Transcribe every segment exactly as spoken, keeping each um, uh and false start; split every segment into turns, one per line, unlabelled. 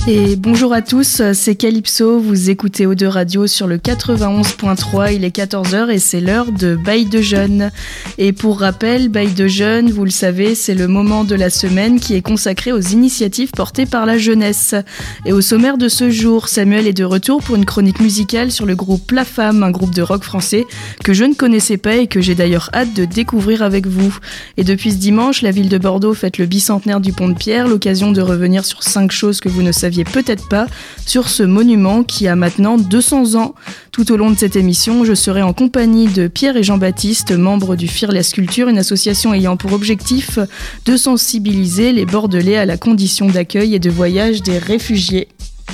Et bonjour à tous, c'est Calypso, vous écoutez O deux Radio sur le quatre-vingt-onze point trois, il est quatorze heures et c'est l'heure de Bail de Jeunes. Et pour rappel, Bail de Jeunes, vous le savez, c'est le moment de la semaine qui est consacré aux initiatives portées par la jeunesse. Et au sommaire de ce jour, Samuel est de retour pour une chronique musicale sur le groupe La Femme, un groupe de rock français que je ne connaissais pas et que j'ai d'ailleurs hâte de découvrir avec vous. Et depuis ce dimanche, la ville de Bordeaux fête le bicentenaire du Pont de Pierre, l'occasion de revenir sur cinq choses que vous ne saviez peut-être pas sur ce monument qui a maintenant deux cents ans. Tout au long de cette émission, je serai en compagnie de Pierre et Jean-Baptiste, membres du Fearless Culture, une association ayant pour objectif de sensibiliser les Bordelais à la condition d'accueil et de voyage des réfugiés.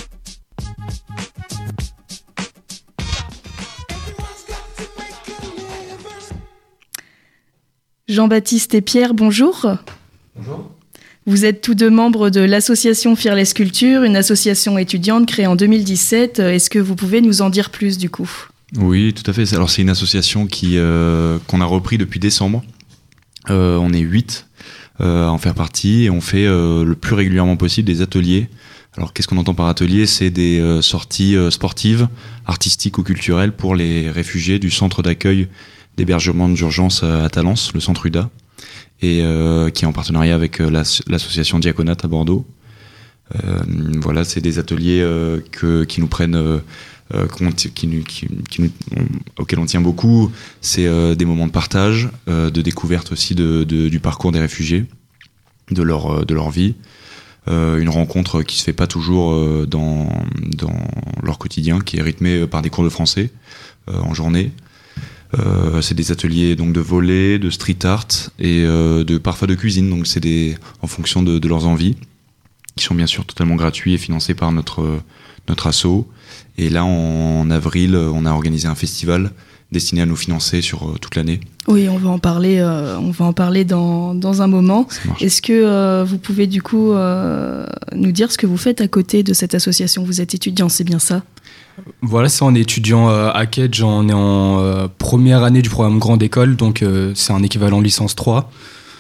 Jean-Baptiste et Pierre, bonjour.
Bonjour.
Vous êtes tous deux membres de l'association Fearless Culture, une association étudiante créée en deux mille dix-sept. Est-ce que vous pouvez nous en dire plus du coup ?
Oui, tout à fait. Alors c'est une association qui, euh, qu'on a repris depuis décembre. Euh, on est huit euh, à en faire partie et on fait euh, le plus régulièrement possible des ateliers. Alors qu'est-ce qu'on entend par atelier ? C'est des euh, sorties euh, sportives, artistiques ou culturelles pour les réfugiés du centre d'accueil d'hébergement d'urgence à Talence, le centre U D A. Et euh, qui est en partenariat avec euh, l'ass- l'association Diaconat à Bordeaux. Euh, voilà, c'est des ateliers euh, que, qui nous prennent, euh, euh, qui, qui, qui, qui nous, on, auxquels on tient beaucoup. C'est euh, des moments de partage, euh, de découverte aussi de, de, du parcours des réfugiés, de leur, de leur vie. Euh, une rencontre qui se fait pas toujours euh, dans, dans leur quotidien, qui est rythmée par des cours de français euh, en journée. Euh, c'est des ateliers donc de volley, de street art et euh, de parfois de cuisine, donc c'est des en fonction de, de leurs envies, qui sont bien sûr totalement gratuits et financés par notre notre asso. Et là en, en avril, on a organisé un festival destiné à nous financer sur euh, toute l'année.
Oui, on va en parler, euh, on va en parler dans dans un moment. Est-ce que euh, vous pouvez du coup euh, nous dire ce que vous faites à côté de cette association ? Vous êtes étudiant, c'est bien ça ?
Voilà, ça, on est étudiant euh, à Kedge, on est en euh, première année du programme Grande École, donc euh, c'est un équivalent licence trois.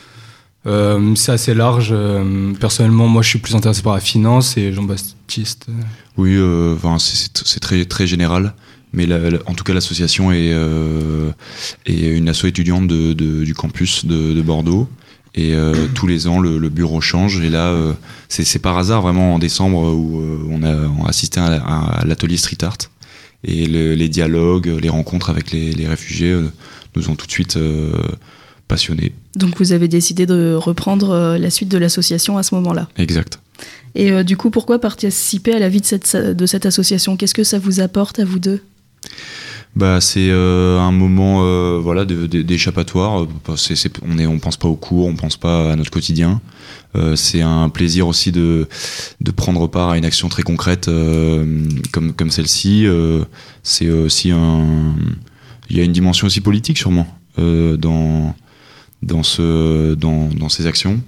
Euh, c'est assez large. Euh, personnellement, moi, je suis plus intéressé par la finance et Jean-Baptiste. Euh...
Oui, euh, c'est, c'est, c'est très, très général, mais la, la, en tout cas, l'association est, euh, est une asso étudiante de, de, du campus de, de Bordeaux. Et euh, tous les ans, le, le bureau change. Et là, euh, c'est, c'est par hasard, vraiment, en décembre, où euh, on, a, on a assisté à, à, à l'atelier street art. Et le, les dialogues, les rencontres avec les, les réfugiés euh, nous ont tout de suite euh, passionnés.
Donc vous avez décidé de reprendre euh, la suite de l'association à ce moment-là.
Exact.
Et euh, du coup, pourquoi participer à la vie de cette, de cette association ? Qu'est-ce que ça vous apporte à vous deux ?
Bah, c'est euh, un moment euh, voilà, de, de, d'échappatoire. C'est, c'est, on est, on pense pas aux cours, on pense pas à notre quotidien. Euh, c'est un plaisir aussi de, de prendre part à une action très concrète euh, comme, comme celle-ci. Euh, c'est aussi un... Il y a une dimension aussi politique sûrement euh, dans, dans, ce, dans, dans ces actions.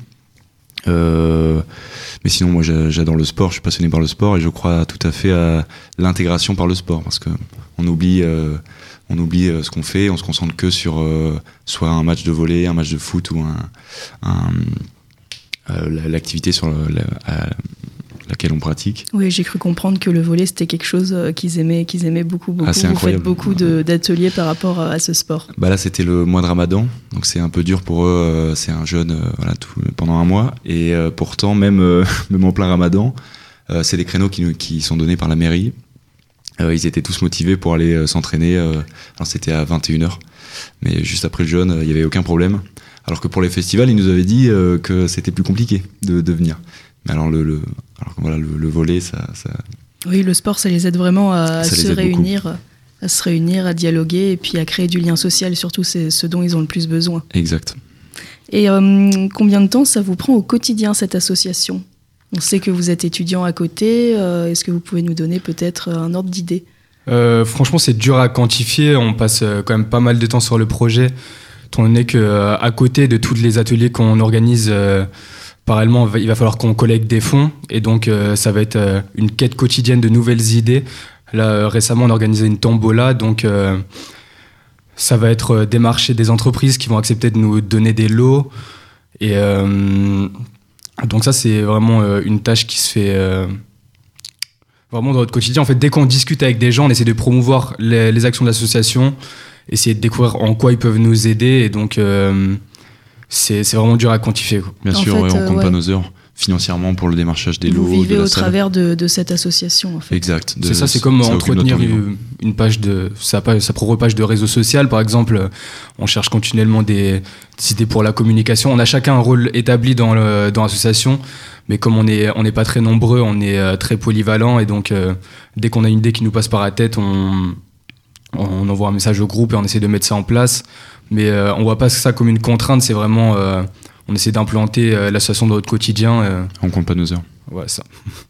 Euh, mais sinon, moi j'adore le sport, je suis passionné par le sport et je crois tout à fait à l'intégration par le sport parce que on oublie, euh, on oublie euh, ce qu'on fait, on se concentre que sur euh, soit un match de volley, un match de foot ou un, un, euh, l'activité sur le, la, à laquelle on pratique.
Oui, j'ai cru comprendre que le volley c'était quelque chose qu'ils aimaient, qu'ils aimaient beaucoup, beaucoup.
Ah, c'est
Vous
incroyable.
faites beaucoup de, d'ateliers par rapport à ce sport.
Bah là, c'était le mois de Ramadan, donc c'est un peu dur pour eux. C'est un jeûne, euh, voilà, tout, pendant un mois, et euh, pourtant, même, euh, même en plein Ramadan, euh, c'est des créneaux qui, qui sont donnés par la mairie. Euh, ils étaient tous motivés pour aller euh, s'entraîner. Euh, alors c'était à vingt et une heures, mais juste après le jeûne, il n'y avait aucun problème. Alors que pour les festivals, ils nous avaient dit euh, que c'était plus compliqué de, de venir. Mais alors le, le, alors voilà, le, le volley, ça, ça...
Oui, le sport, ça les aide vraiment à
ça
se réunir, beaucoup. à se réunir, à dialoguer et puis à créer du lien social. Surtout, c'est ce dont ils ont le plus besoin.
Exact.
Et euh, combien de temps ça vous prend au quotidien, cette association ? On sait que vous êtes étudiant à côté. Euh, est-ce que vous pouvez nous donner peut-être un ordre d'idée ?
euh, Franchement, c'est dur à quantifier. On passe quand même pas mal de temps sur le projet. Étant donné qu'à côté de tous les ateliers qu'on organise, euh, parallèlement, il va falloir qu'on collecte des fonds. Et donc, euh, ça va être euh, une quête quotidienne de nouvelles idées. Là, euh, récemment, on a organisé une tombola. Donc, euh, ça va être euh, démarcher des entreprises qui vont accepter de nous donner des lots. Et... Euh, Donc ça, c'est vraiment euh, une tâche qui se fait euh, Vraiment dans notre quotidien, en fait, dès qu'on discute avec des gens, on essaie de promouvoir les, les actions de l'association, essayer de découvrir en quoi ils peuvent nous aider, et donc euh, c'est, c'est vraiment dur à quantifier, quoi.
Bien
En
sûr,
fait,
ouais, on
euh,
compte
ouais.
pas nos heures financièrement pour le démarchage des
Vous
lots,
vivez
de la
au
salle.
travers de, de cette association, en fait.
Exact. De-
C'est ça, c'est comme
ça occupe
entretenir
notre temps libre.
une, une page de sa, page, sa propre page de réseau social. Par exemple, on cherche continuellement des, des idées pour la communication. On a chacun un rôle établi dans, le, dans l'association, mais comme on n'est on n'est pas très nombreux, on est euh, très polyvalent, et donc euh, dès qu'on a une idée qui nous passe par la tête, on, on envoie un message au groupe et on essaie de mettre ça en place. Mais euh, on voit pas ça comme une contrainte, c'est vraiment... Euh, on essaie d'implanter euh, l'association dans notre quotidien. Euh,
On compte pas nos heures.
ouais, ça.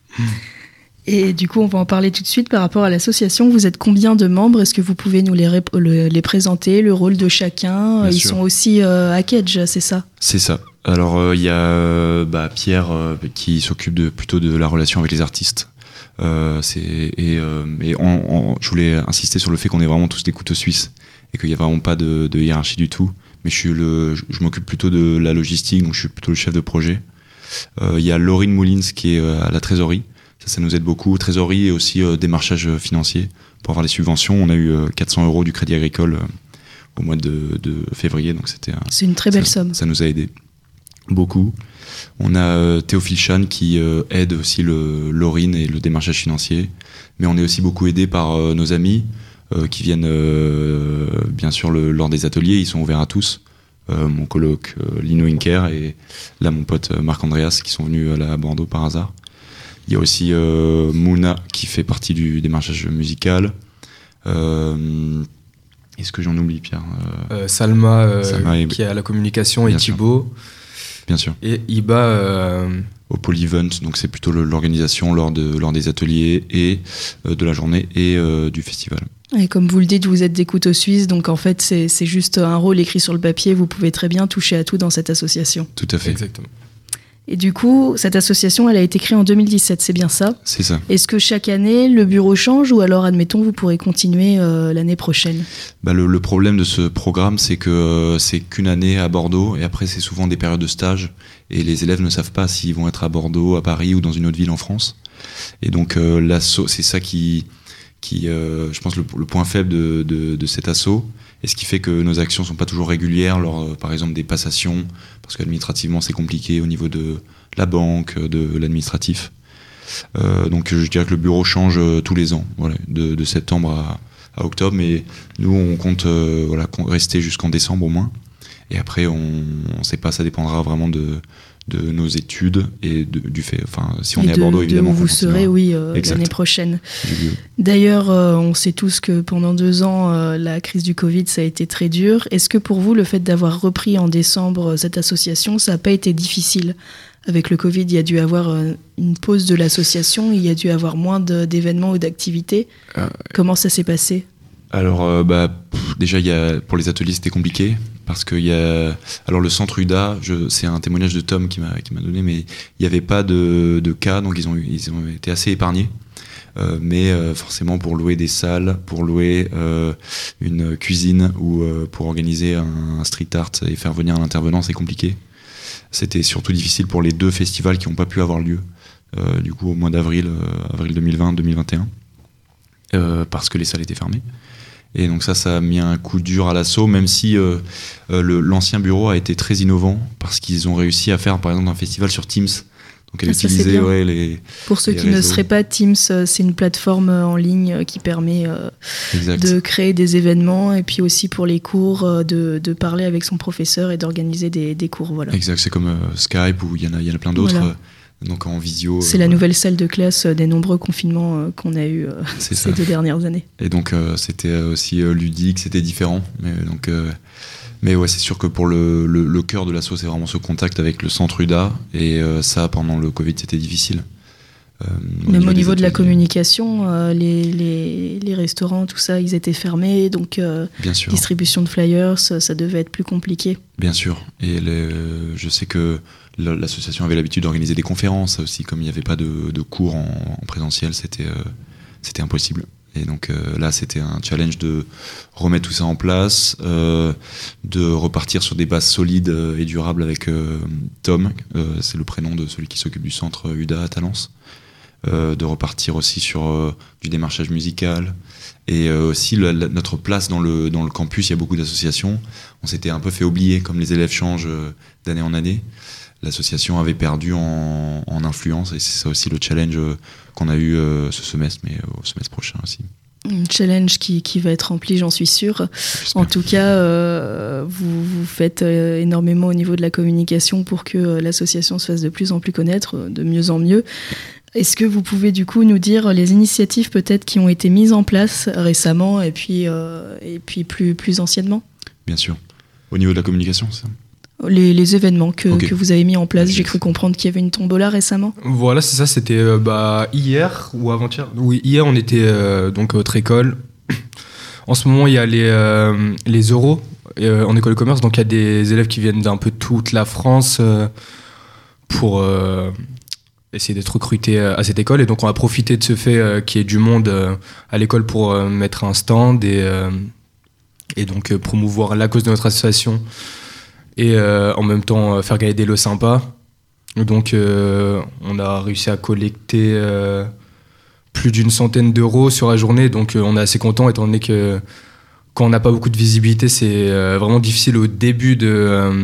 Et du coup, on va en parler tout de suite par rapport à l'association. Vous êtes combien de membres? Est-ce que vous pouvez nous les, rép- le- les présenter, le rôle de chacun?
Bien
Ils
sûr.
sont aussi euh, à Kedge, c'est ça?
C'est ça. Alors il euh, y a euh, bah, Pierre euh, qui s'occupe de, plutôt de la relation avec les artistes. Euh, c'est, et euh, et on, on- je voulais insister sur le fait qu'on est vraiment tous des couteaux suisses et qu'il n'y a vraiment pas de, de hiérarchie du tout. Mais je, suis le, je, je m'occupe plutôt de la logistique, donc je suis plutôt le chef de projet. Il euh, y a Laurine Moulins qui est euh, à la trésorerie. Ça, ça nous aide beaucoup. Trésorerie et aussi euh, démarchage financier pour avoir les subventions. On a eu euh, quatre cents euros du Crédit Agricole euh, au mois de, de février, donc c'était un,
C'est une très belle
ça,
somme.
ça nous a aidé beaucoup. On a euh, Théophile Chan qui euh, aide aussi le Laurine et le démarchage financier. Mais on est aussi beaucoup aidé par euh, nos amis euh, qui viennent euh, bien sûr le, lors des ateliers. Ils sont ouverts à tous. Euh, mon coloc euh, Lino Inker et là mon pote euh, Marc Andreas qui sont venus euh, là à Bordeaux par hasard. Il y a aussi euh, Mouna qui fait partie du démarchage musical. Euh, est-ce que j'en oublie, Pierre? euh,
Euh, Salma, euh,
Salma et-
qui est à la communication, et
Bien sûr.
Thibaut.
Bien sûr.
Et Iba, euh,
Au Polyvent, donc c'est plutôt le- l'organisation lors, de, lors des ateliers et euh, de la journée et euh, du festival.
Et comme vous le dites, vous êtes des couteaux suisses, donc en fait, c'est, c'est juste un rôle écrit sur le papier. Vous pouvez très bien toucher à tout dans cette association.
Tout à fait.
exactement.
Et du coup, cette association, elle a été créée en deux mille dix-sept, c'est bien ça?
C'est ça.
Est-ce que chaque année, le bureau change, ou alors, admettons, vous pourrez continuer euh, l'année prochaine?
Bah, le, le problème de ce programme, c'est que euh, c'est qu'une année à Bordeaux et après c'est souvent des périodes de stage et les élèves ne savent pas s'ils vont être à Bordeaux, à Paris ou dans une autre ville en France. Et donc euh, l'asso, c'est ça qui, qui euh, je pense, le, le point faible de, de, de cet asso, et ce qui fait que nos actions sont pas toujours régulières lors, euh, par exemple, des passations, parce qu'administrativement c'est compliqué au niveau de la banque, de l'administratif. Euh, donc je dirais que le bureau change euh, tous les ans, voilà, de, de septembre à, à octobre, mais nous on compte euh, voilà, con- rester jusqu'en décembre au moins. Et après, on ne sait pas, ça dépendra vraiment de, de nos études et de, du fait. Enfin, si on
Et
est à
de-
Bordeaux,
de
évidemment.
où
qu'on
vous
continuera
serez, oui, euh,
Exact.
l'année prochaine.
du lieu.
D'ailleurs, euh, on sait tous que pendant deux ans, euh, la crise du Covid, ça a été très dur. Est-ce que pour vous, le fait d'avoir repris en décembre euh, cette association, ça n'a pas été difficile? Avec le Covid, il y a dû avoir euh, une pause de l'association, il y a dû avoir moins de- d'événements ou d'activités.
Euh,
Comment ça s'est passé?
Alors, euh, bah, pff, déjà, il y a, pour les ateliers, c'était compliqué. Parce qu'il y a. Alors, le centre U D A, je, c'est un témoignage de Tom qui m'a, qui m'a donné, mais il n'y avait pas de, de cas, donc ils ont, eu- ils ont été assez épargnés. Euh, mais euh, forcément, pour louer des salles, pour louer euh, une cuisine ou euh, pour organiser un, un street art et faire venir un intervenant, c'est compliqué. C'était surtout difficile pour les deux festivals qui n'ont pas pu avoir lieu, euh, du coup, au mois d'avril, euh, avril deux mille vingt deux mille vingt et un, euh, parce que les salles étaient fermées. Et donc ça, ça a mis un coup dur à l'assaut, même si euh, euh, le, l'ancien bureau a été très innovant, parce qu'ils ont réussi à faire, par exemple, un festival sur Teams. Donc elle
Ah, ça, c'est
utilisait
bien.
ouais, les...
Pour ceux
les
qui ne
réseaux.
seraient pas, Teams, euh, c'est une plateforme euh, en ligne euh, qui permet euh,
Exact.
de créer des événements, et puis aussi pour les cours, euh, de, de parler avec son professeur et d'organiser des, des cours. Voilà.
Exact, c'est comme euh, Skype, où il y en a, il y en a plein d'autres,
Voilà.
euh, donc en visio.
C'est
euh,
la
voilà.
nouvelle salle de classe euh, des nombreux confinements euh, qu'on a eu euh,
C'est
ces
ça.
deux dernières années.
Et donc euh, c'était aussi euh, ludique, c'était différent. Mais, donc, euh, mais ouais, c'est sûr que pour le, le, le cœur de l'asso, c'est vraiment ce contact avec le centre U D A. Et euh, ça, pendant le Covid, c'était difficile. Euh,
Même au
des
niveau de la
ateliers.
communication, euh, les, les, les restaurants, tout ça, ils étaient fermés, donc euh,
Bien sûr.
distribution de flyers, ça, ça devait être plus compliqué.
Bien sûr. Et les, je sais que le- l'association avait l'habitude d'organiser des conférences aussi, comme il n'y avait pas de, de cours en, en présentiel, c'était, euh, c'était impossible. Et donc euh, là, c'était un challenge de remettre tout ça en place, euh, de repartir sur des bases solides euh, et durables avec euh, Tom, euh, c'est le prénom de celui qui s'occupe du centre U D A à Talence, euh, de repartir aussi sur euh, du démarchage musical. Et euh, aussi le, la, notre place dans le, dans le campus, il y a beaucoup d'associations. On s'était un peu fait oublier, comme les élèves changent euh, d'année en année. L'association avait perdu en, en influence, et c'est ça aussi le challenge euh, qu'on a eu euh, ce semestre, mais euh, au semestre prochain aussi.
Un challenge qui, qui va être rempli, j'en suis sûre. En tout cas, euh, vous, vous faites euh, énormément au niveau de la communication pour que euh, l'association se fasse de plus en plus connaître, euh, de mieux en mieux. Est-ce que vous pouvez du coup nous dire les initiatives peut-être qui ont été mises en place récemment et puis, euh, et puis plus, plus anciennement ?
Bien sûr. Au niveau de la communication, c'est ça ?
Les, les événements que,
okay.
que vous avez mis en place.
Okay.
J'ai cru comprendre qu'il y avait une tombola récemment.
Voilà, c'est ça, c'était euh, bah, hier ou avant-hier. Oui, hier on était euh, donc à votre école. En ce moment, il y a les, euh, les euros euh, en école de commerce, donc il y a des élèves qui viennent d'un peu toute la France euh, pour... Euh, essayer d'être recruté à cette école, et donc on a profité de ce fait euh, qu'il y ait du monde euh, à l'école pour euh, mettre un stand et, euh, et donc euh, promouvoir la cause de notre association et euh, en même temps euh, faire gagner des lots sympas. Donc euh, on a réussi à collecter euh, plus d'une centaine d'euros sur la journée, donc euh, on est assez content étant donné que quand on n'a pas beaucoup de visibilité, c'est euh, vraiment difficile au début de... Euh,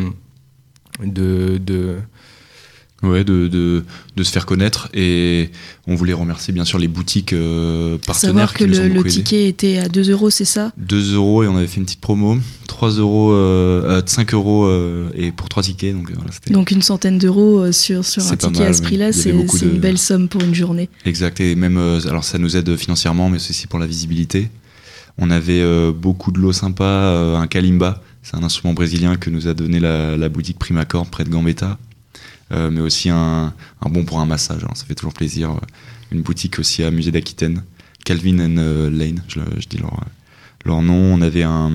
de, de
Ouais, de, de, de se faire connaître, et on voulait remercier bien sûr les boutiques euh, partenaires.
Savoir que
qui nous
le,
ont beaucoup
le ticket
aidés.
était à deux euros, c'est ça ?
deux euros, et on avait fait une petite promo, trois euros, euh, cinq euros euh, et pour trois tickets. Donc, voilà, c'était...
donc une centaine d'euros sur, sur un ticket
mal,
à ce prix-là, c'est, c'est
de...
une belle somme pour une journée.
Exact, et même, euh, alors ça nous aide financièrement, mais c'est aussi pour la visibilité. On avait euh, beaucoup de lots sympas, euh, un kalimba, c'est un instrument brésilien que nous a donné la, la boutique Primacord près de Gambetta. Euh, mais aussi un, un bon pour un massage, alors ça fait toujours plaisir. Une boutique aussi à Musée d'Aquitaine, Calvin and euh, Lane, je, je dis leur, leur nom. On avait un,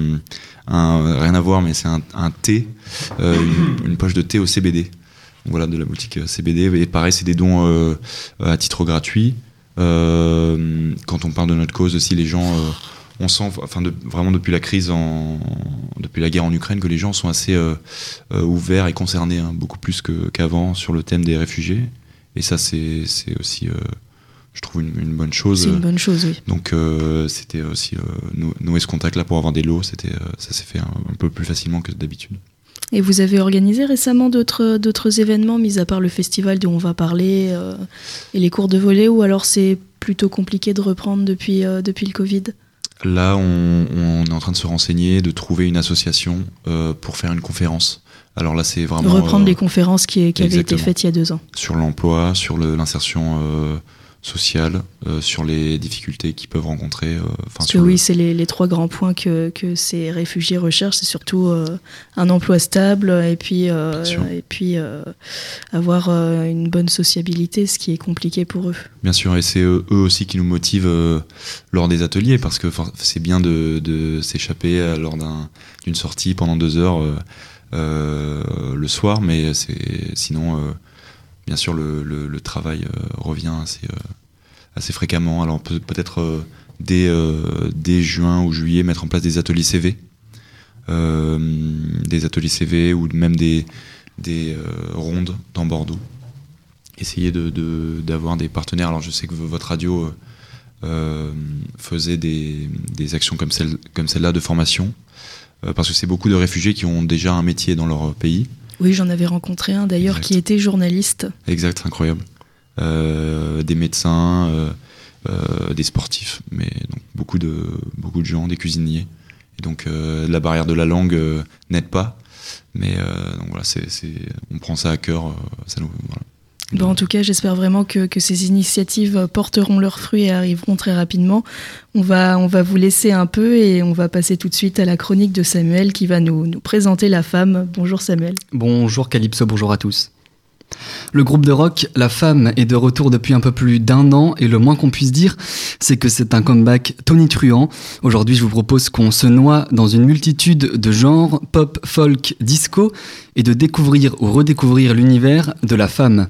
un rien à voir, mais c'est un, un thé, euh, une, une poche de thé au C B D. Voilà, de la boutique C B D. Et pareil, c'est des dons euh, à titre gratuit. Euh, quand on parle de notre cause aussi, les gens, euh, on sent, enfin, de, vraiment depuis la crise, en, depuis la guerre en Ukraine, que les gens sont assez euh, euh, ouverts et concernés, hein, beaucoup plus que, qu'avant sur le thème des réfugiés. Et ça, c'est, c'est aussi, euh, je trouve, une, une bonne chose.
C'est une bonne chose, oui.
Donc, euh, c'était aussi euh, nou- nouer ce contact-là pour avoir des lots. C'était, euh, ça s'est fait un, un peu plus facilement que d'habitude.
Et vous avez organisé récemment d'autres, d'autres événements, mis à part le festival dont on va parler euh, et les cours de volley, ou alors c'est plutôt compliqué de reprendre depuis, euh, depuis le Covid ?
Là, on, on est en train de se renseigner, de trouver une association euh, pour faire une conférence. Alors là, c'est vraiment...
Reprendre
euh,
les conférences qui, qui avaient été faites il y a deux ans.
Sur l'emploi, sur le, l'insertion euh, sociale, euh, sur les difficultés qu'ils peuvent rencontrer. Euh,
Parce que
sur
oui,
le...
c'est les, les trois grands points que, que ces réfugiés recherchent. C'est surtout euh, un emploi stable et puis, euh, et puis euh, avoir euh, une bonne sociabilité, ce qui est compliqué pour eux.
Bien sûr, et c'est eux, eux aussi qui nous motivent euh, lors des ateliers, parce que c'est bien de, de s'échapper euh, lors d'un, d'une sortie pendant deux heures euh, euh, le soir, mais c'est, sinon... Euh, Bien sûr, le, le, le travail euh, revient assez, euh, assez fréquemment. Alors, on peut peut-être euh, dès, euh, dès juin ou juillet mettre en place des ateliers C V, euh, des ateliers C V ou même des, des euh, rondes dans Bordeaux. Essayer de, de, d'avoir des partenaires. Alors, je sais que votre radio euh, faisait des, des actions comme, celle, comme celle-là de formation, euh, parce que c'est beaucoup de réfugiés qui ont déjà un métier dans leur pays.
Oui, j'en avais rencontré un d'ailleurs exact. Qui était journaliste.
Exact, incroyable. Euh, des médecins, euh, euh, des sportifs, mais donc beaucoup de, beaucoup de gens, des cuisiniers. Et donc euh, la barrière de la langue euh, n'aide pas, mais euh, donc voilà, c'est, c'est, on prend ça à cœur. Euh, ça nous, voilà.
Bon, en tout cas, j'espère vraiment que, que ces initiatives porteront leurs fruits et arriveront très rapidement. On va, on va vous laisser un peu et on va passer tout de suite à la chronique de Samuel qui va nous, nous présenter La Femme. Bonjour Samuel.
Bonjour Calypso, bonjour à tous. Le groupe de rock La Femme est de retour depuis un peu plus d'un an et le moins qu'on puisse dire, c'est que c'est un comeback tonitruant. Aujourd'hui, je vous propose qu'on se noie dans une multitude de genres, pop, folk, disco, et de découvrir ou redécouvrir l'univers de La Femme.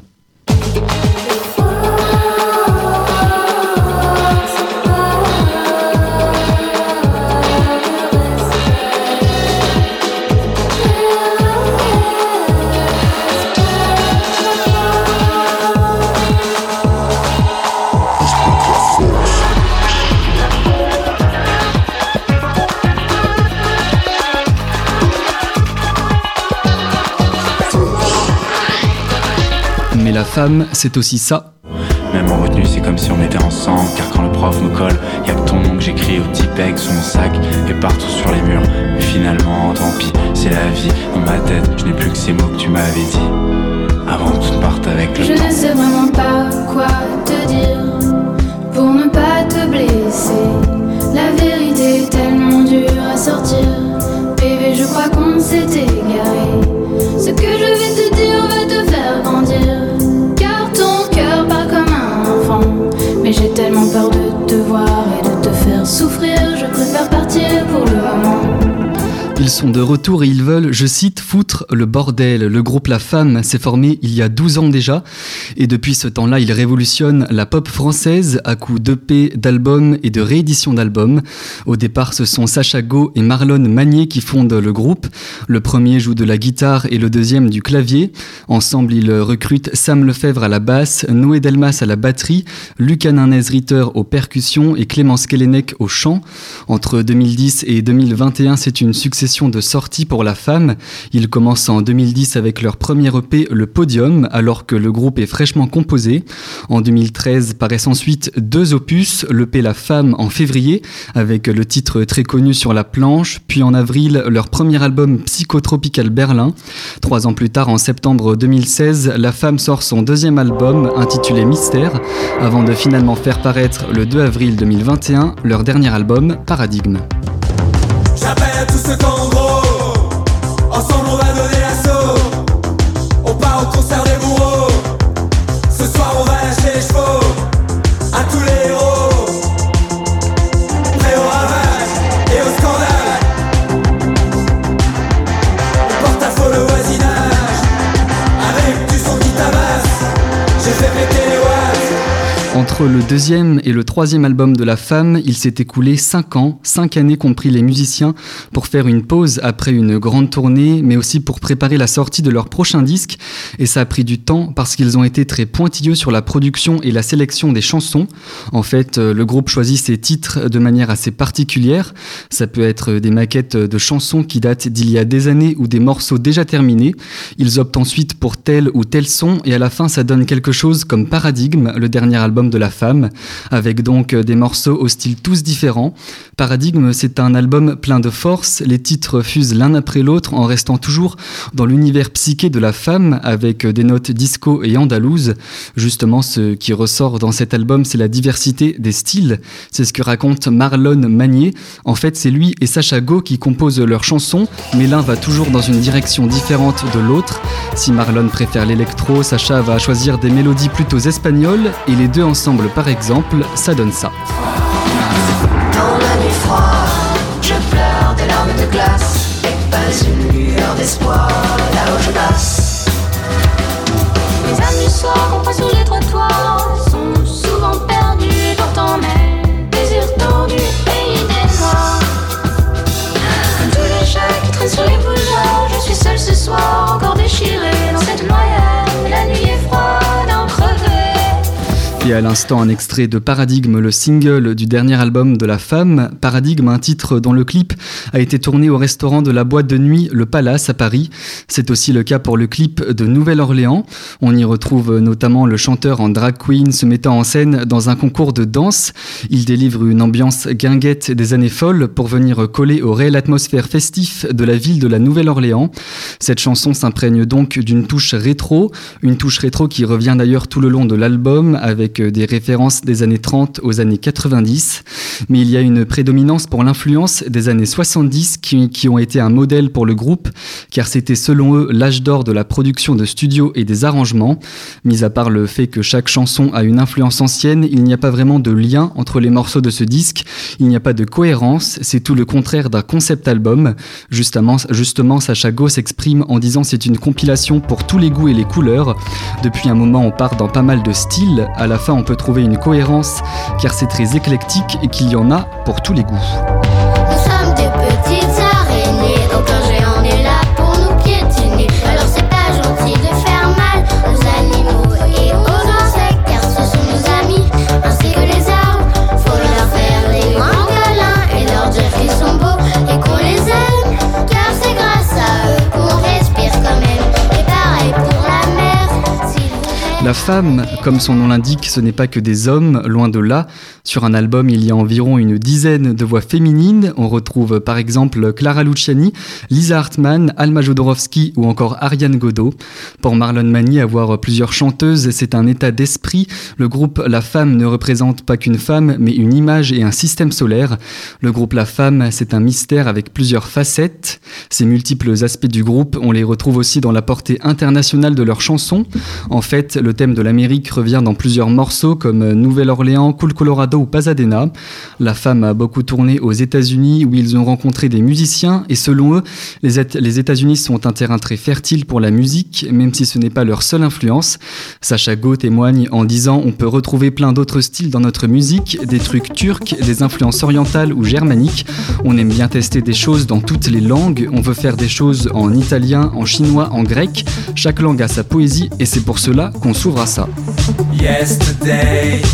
Mais la femme, c'est aussi ça.
Même en retenue, c'est comme si on était ensemble. Car quand le prof me colle, y'a que ton nom que j'écris au petit peg sur mon sac et partout sur les murs. Mais finalement, tant pis, c'est la vie. Dans ma tête, je n'ai plus que ces mots que tu m'avais dit avant que tout parte avec le
je
temps.
Je ne sais vraiment pas quoi te dire pour ne pas te blesser. La vérité est tellement dure à sortir. Bébé, je crois qu'on s'est égaré. Ce que je vais te dire va te faire grandir. Car ton cœur part comme un enfant. Mais j'ai tellement peur de te voir et de te faire souffrir. Je préfère partir pour le moment.
Ils sont de retour et ils veulent, je cite, foutre le bordel. Le groupe La Femme s'est formé il y a douze ans déjà et depuis ce temps-là, il révolutionne la pop française à coups d'E P, d'albums et de rééditions d'albums. Au départ, ce sont Sacha Go et Marlon Magnier qui fondent le groupe. Le premier joue de la guitare et le deuxième du clavier. Ensemble, ils recrutent Sam Lefebvre à la basse, Noé Delmas à la batterie, Luc Hernandez-Ritter aux percussions et Clémence Kellenec au chant. Entre deux mille dix et deux mille vingt et un, c'est une succession de sorties pour La Femme. Ils commencent en deux mille dix avec leur premier E P, Le Podium, alors que le groupe est fraîchement composé. En deux mille treize paraissent ensuite deux opus, l'E P La Femme en février, avec le titre très connu Sur la planche, puis en avril, leur premier album Psychotropical Berlin. Trois ans plus tard, en septembre deux mille seize, La Femme sort son deuxième album, intitulé Mystère, avant de finalement faire paraître le deux avril deux mille vingt et un leur dernier album, Paradigme.
J'appelle à tous ceux qu'en gros, ensemble on va donner l'assaut. On part au concert des bourreaux. Ce soir on va lâcher les chevaux. À tous les héros, prêts au ravage et au scandale. On porte à faux le voisinage, avec du son qui tabasse. J'ai fait péter les watts.
Entre le deuxième et le troisième album de La Femme, il s'est écoulé cinq ans, cinq années qu'ont pris les musiciens pour faire une pause après une grande tournée, mais aussi pour préparer la sortie de leur prochain disque. Et ça a pris du temps parce qu'ils ont été très pointilleux sur la production et la sélection des chansons. En fait, le groupe choisit ses titres de manière assez particulière. Ça peut être des maquettes de chansons qui datent d'il y a des années ou des morceaux déjà terminés. Ils optent ensuite pour tel ou tel son et à la fin, ça donne quelque chose comme Paradigme, le dernier album de La Femme, avec donc des morceaux au style tous différents. Paradigme, c'est un album plein de force, les titres fusent l'un après l'autre en restant toujours dans l'univers psyché de La Femme, avec des notes disco et andalouses. Justement, ce qui ressort dans cet album, c'est la diversité des styles. C'est ce que raconte Marlon Magnier. En fait, c'est lui et Sacha Go qui composent leurs chansons, mais l'un va toujours dans une direction différente de l'autre. Si Marlon préfère l'électro, Sacha va choisir des mélodies plutôt espagnoles, et les deux ensemble, par exemple, ça donne ça.
Dans la nuit froide, je pleure des larmes de glace et pas une lueur d'espoir là où je passe.
Les amis soirs qu'on passe sur les trottoirs sont souvent perdus dans ton mer, désir tordu, pays des noirs. Comme tous les chats qui traînent sur les boulevards, je suis seule ce soir, encore déchirée dans cette noyade. La nuit est froide, en crevée.
Et à l'instant, un extrait de Paradigme, le single du dernier album de La Femme. Paradigme, un titre dont le clip a été tourné au restaurant de la boîte de nuit Le Palace à Paris. C'est aussi le cas pour le clip de Nouvelle-Orléans. On y retrouve notamment le chanteur en drag queen se mettant en scène dans un concours de danse. Il délivre une ambiance guinguette des années folles pour venir coller au réelle atmosphère festif de la ville de la Nouvelle-Orléans. Cette chanson s'imprègne donc d'une touche rétro, une touche rétro qui revient d'ailleurs tout le long de l'album avec des références des années trente aux années quatre-vingt-dix. Mais il y a une prédominance pour l'influence des années soixante-dix qui, qui ont été un modèle pour le groupe, car c'était selon eux l'âge d'or de la production de studio et des arrangements. Mis à part le fait que chaque chanson a une influence ancienne, il n'y a pas vraiment de lien entre les morceaux de ce disque, il n'y a pas de cohérence, c'est tout le contraire d'un concept album. Justement, justement Sacha Go s'exprime en disant c'est une compilation pour tous les goûts et les couleurs. Depuis un moment, on part dans pas mal de styles. À la fin, on peut trouver une cohérence, car c'est très éclectique et qu'il y en a pour tous les goûts.
Nous sommes des petites araignées, aucun géant n'est là pour nous piétiner. Alors c'est pas gentil de faire mal aux animaux et aux insectes, car ce sont nos amis, ainsi que les arbres. Faut leur faire des grands câlins et leur dire qu'ils sont beaux et qu'on les aime, car c'est grâce à eux qu'on respire quand même. Et pareil pour la mer, s'il vous plaît.
La femme, comme son nom l'indique, ce n'est pas que des hommes, loin de là. Sur un album, il y a environ une dizaine de voix féminines. On retrouve par exemple Clara Luciani, Lisa Hartmann, Alma Jodorowsky ou encore Ariane Godot. Pour Marlon Magny, avoir plusieurs chanteuses, c'est un état d'esprit. Le groupe La Femme ne représente pas qu'une femme, mais une image et un système solaire. Le groupe La Femme, c'est un mystère avec plusieurs facettes. Ces multiples aspects du groupe, on les retrouve aussi dans la portée internationale de leurs chansons. En fait, le thème de l'Amérique revient dans plusieurs morceaux comme Nouvelle-Orléans, Cool Colorado ou Pasadena. La Femme a beaucoup tourné aux États-Unis où ils ont rencontré des musiciens et selon eux, les, et- les États-Unis sont un terrain très fertile pour la musique, même si ce n'est pas leur seule influence. Sacha Go témoigne en disant « On peut retrouver plein d'autres styles dans notre musique, des trucs turcs, des influences orientales ou germaniques. On aime bien tester des choses dans toutes les langues. On veut faire des choses en italien, en chinois, en grec. Chaque langue a sa poésie et c'est pour cela qu'on s'ouvre à ça. »
Yesterday,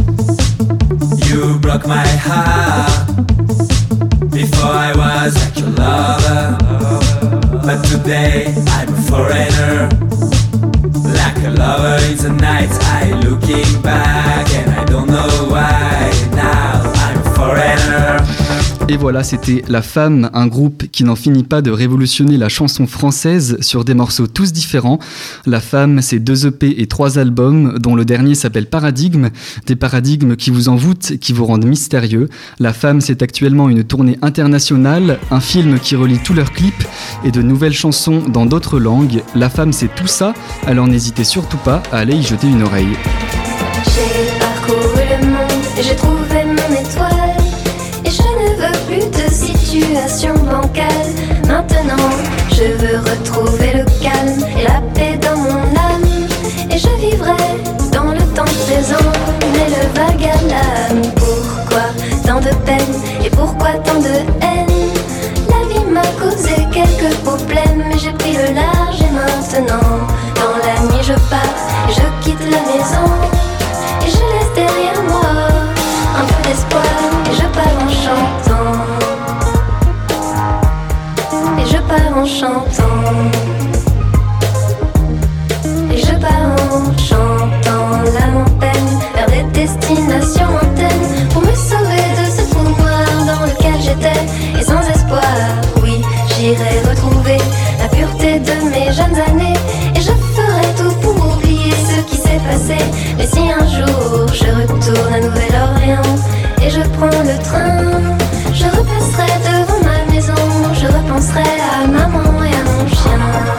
you broke my heart. Before I was like your lover, but today I'm a foreigner. Like a lover in the night, I looking back and I don't know why. Now I'm a foreigner.
Et voilà, c'était La Femme, un groupe qui n'en finit pas de révolutionner la chanson française sur des morceaux tous différents. La Femme, c'est deux E P et trois albums, dont le dernier s'appelle Paradigme, des paradigmes qui vous envoûtent, qui vous rendent mystérieux. La Femme, c'est actuellement une tournée internationale, un film qui relie tous leurs clips et de nouvelles chansons dans d'autres langues. La Femme, c'est tout ça, alors n'hésitez surtout pas à aller y jeter une oreille.
J'ai parcouru le monde et j'ai trouvé mon étoile. Et je ne veux plus de situation bancale. Maintenant, je veux retrouver le calme et la paix dans mon âme. Et je vivrai dans le temps présent, mais le vague à l'âme. Pourquoi tant de peine et pourquoi tant de haine? La vie m'a causé quelques problèmes, mais j'ai pris le large et maintenant, dans la nuit je pars et je quitte la maison. Et je laisse derrière moi un peu d'espoir et je pars en chantant. Et je pars en chantant. Et je pars en chantant l'âme en peine vers des destinations lointaines pour me sauver de ce trou noir dans lequel j'étais et sans espoir. Oui, j'irai retrouver la pureté de mes jeunes années et je ferai tout pour oublier ce qui s'est passé. Mais si un jour je retourne à Nouvelle-Orléans et je prends le train, je repasserai devant ma maison, je repenserai à maman et à mon chien.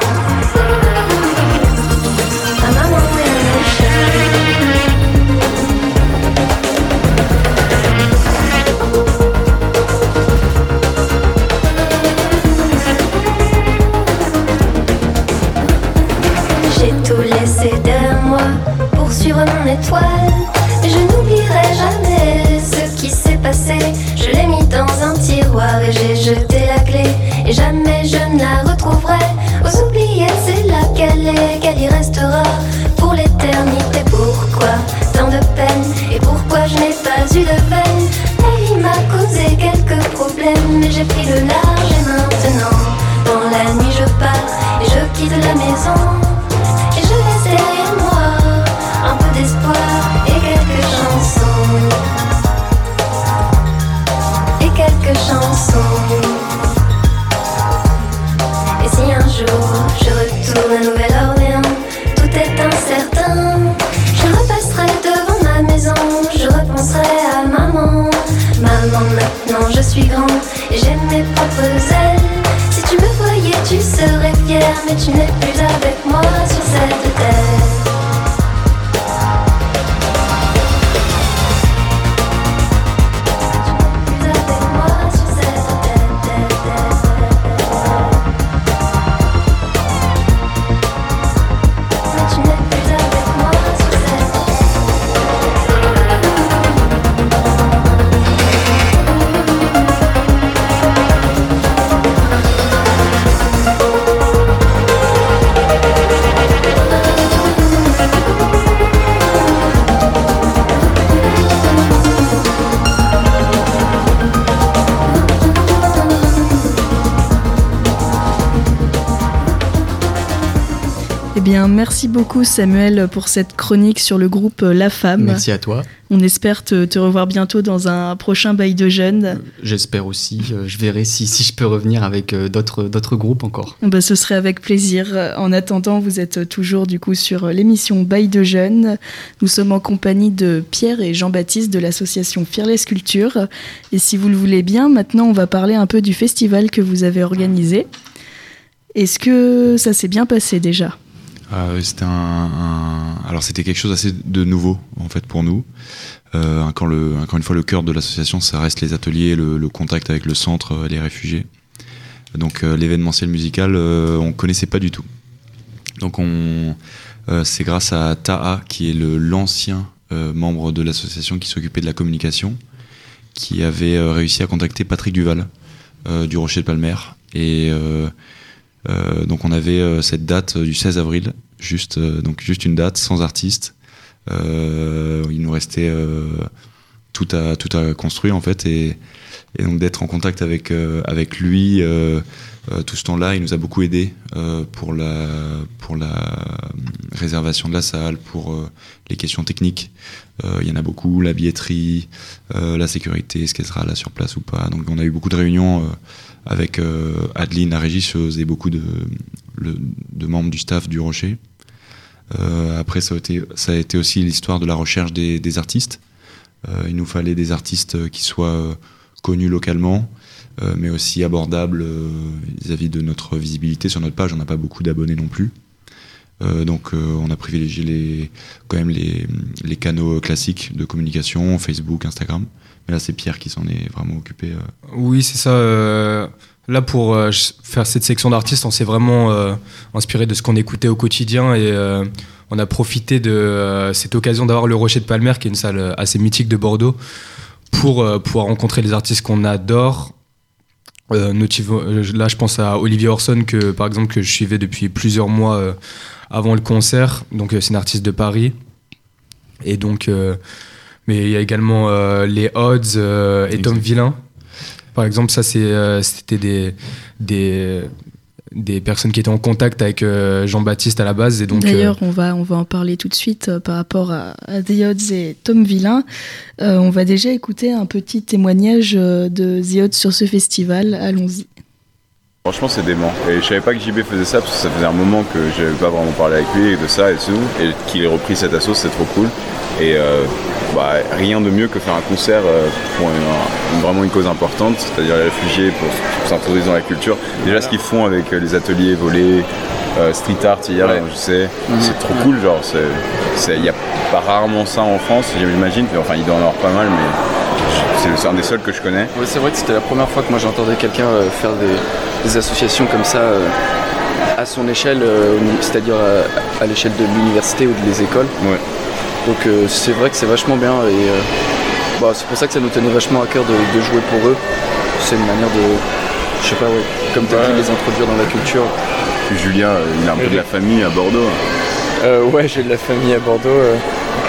À maman et à mon chien. J'ai tout laissé derrière moi pour suivre mon étoile. Mais je n'oublierai jamais ce qui s'est passé. Je l'ai mis dans un tiroir et j'ai jeté la clé. Et jamais je ne la retrouverai. Aux oubliettes, c'est là qu'elle est, qu'elle y restera pour l'éternité. Pourquoi tant de peine et pourquoi je n'ai pas eu de veine? La vie m'a causé quelques problèmes, mais j'ai pris le large et maintenant, dans la nuit je pars et je quitte la maison. Et je laisse derrière moi un peu d'espoir et quelques chansons. Et quelques chansons. Et si un jour je retourne à Nouvelle-Orléans, tout est incertain. Je repasserai devant ma maison, je repenserai à maman. Maman, maintenant je suis grande et j'ai mes propres ailes. Si tu me voyais, tu serais fière, mais tu n'es plus avec moi sur cette terre.
Eh bien, merci beaucoup Samuel pour cette chronique sur le groupe La Femme.
Merci à toi.
On espère te, te revoir bientôt dans un prochain bail de jeunes.
Euh, j'espère aussi. Euh, je verrai si, si je peux revenir avec euh, d'autres, d'autres groupes encore.
Bah, ce serait avec plaisir. En attendant, vous êtes toujours du coup sur l'émission Bail de jeunes. Nous sommes en compagnie de Pierre et Jean-Baptiste de l'association Fearless Culture. Et si vous le voulez bien, maintenant on va parler un peu du festival que vous avez organisé. Est-ce que ça s'est bien passé déjà ?
Euh, c'était un, un... Alors c'était quelque chose assez de nouveau en fait pour nous. Euh, encore, le, encore une fois, le cœur de l'association, ça reste les ateliers, le, le contact avec le centre, les réfugiés. Donc euh, l'événementiel musical, euh, on connaissait pas du tout. Donc on, euh, c'est grâce à Taha, qui est le, l'ancien euh, membre de l'association qui s'occupait de la communication, qui avait euh, réussi à contacter Patrick Duval euh, du Rocher de Palmer. Et euh, Euh, donc on avait euh, cette date du seize avril, juste, euh, donc juste une date sans artiste. Euh, il nous restait euh, tout à tout à construire en fait, et, et donc d'être en contact avec euh, avec lui euh, euh, tout ce temps-là, il nous a beaucoup aidé euh, pour la pour la réservation de la salle, pour euh, les questions techniques. Euh, il y en a beaucoup, la billetterie, euh, la sécurité, est-ce qu'elle sera là sur place ou pas. Donc on a eu beaucoup de réunions. Euh, avec euh, Adeline, la régisseuse, et beaucoup de, le, de membres du staff du Rocher. Euh, après, ça a, été, ça a été aussi l'histoire de la recherche des, des artistes. Euh, il nous fallait des artistes qui soient euh, connus localement, euh, mais aussi abordables euh, vis-à-vis de notre visibilité sur notre page. On n'a pas beaucoup d'abonnés non plus. Euh, donc euh, on a privilégié les, quand même les, les canaux classiques de communication, Facebook, Instagram. Mais là, c'est Pierre qui s'en est vraiment occupé. Euh.
Oui, c'est ça. Euh, là, pour euh, faire cette section d'artistes, on s'est vraiment euh, inspiré de ce qu'on écoutait au quotidien, et euh, on a profité de euh, cette occasion d'avoir le Rocher de Palmer, qui est une salle assez mythique de Bordeaux, pour euh, pouvoir rencontrer les artistes qu'on adore. Euh, notivo, là, je pense à Olivier Orson, que, par exemple, que je suivais depuis plusieurs mois euh, avant le concert. Donc, euh, c'est une artiste de Paris. Et donc... Euh, Mais il y a également euh, les Odds euh, et Tom Villain. Par exemple, ça, c'est, euh, c'était des, des, des personnes qui étaient en contact avec euh, Jean-Baptiste à la base. Et donc,
D'ailleurs,
euh...
on, va, on va en parler tout de suite euh, par rapport à, à The Odds et Tom Villain. Euh, on va déjà écouter un petit témoignage euh, de The Odds sur ce festival. Allons-y.
Franchement, c'est dément. Et je savais pas que J B faisait ça, parce que ça faisait un moment que j'avais pas vraiment parlé avec lui de ça et tout. Et qu'il ait repris cette asso, c'est trop cool. Et euh, bah, rien de mieux que faire un concert euh, pour une, une, vraiment une cause importante, c'est-à-dire les réfugiés, pour, pour s'introduire dans la culture. Déjà, ce qu'ils font avec les ateliers volés, euh, street art hier, ouais. je sais, mmh. c'est trop cool. Genre, il n'y a pas rarement ça en France, j'imagine. Enfin, il doit en avoir pas mal, mais c'est, c'est un des seuls que je connais.
Ouais, c'est vrai que c'était la première fois que moi j'entendais quelqu'un euh, faire des, des associations comme ça euh, à son échelle, euh, c'est-à-dire à, à l'échelle de l'université ou des écoles.
Ouais.
Donc euh, c'est vrai que c'est vachement bien, et euh, bah, c'est pour ça que ça nous tenait vachement à cœur de, de jouer pour eux. C'est une manière de, je sais pas, ouais, comme tu as
ouais.
dit, les introduire dans la culture.
Puis Julien, il a un peu de la famille à Bordeaux.
Euh, ouais, j'ai de la famille à Bordeaux. Euh.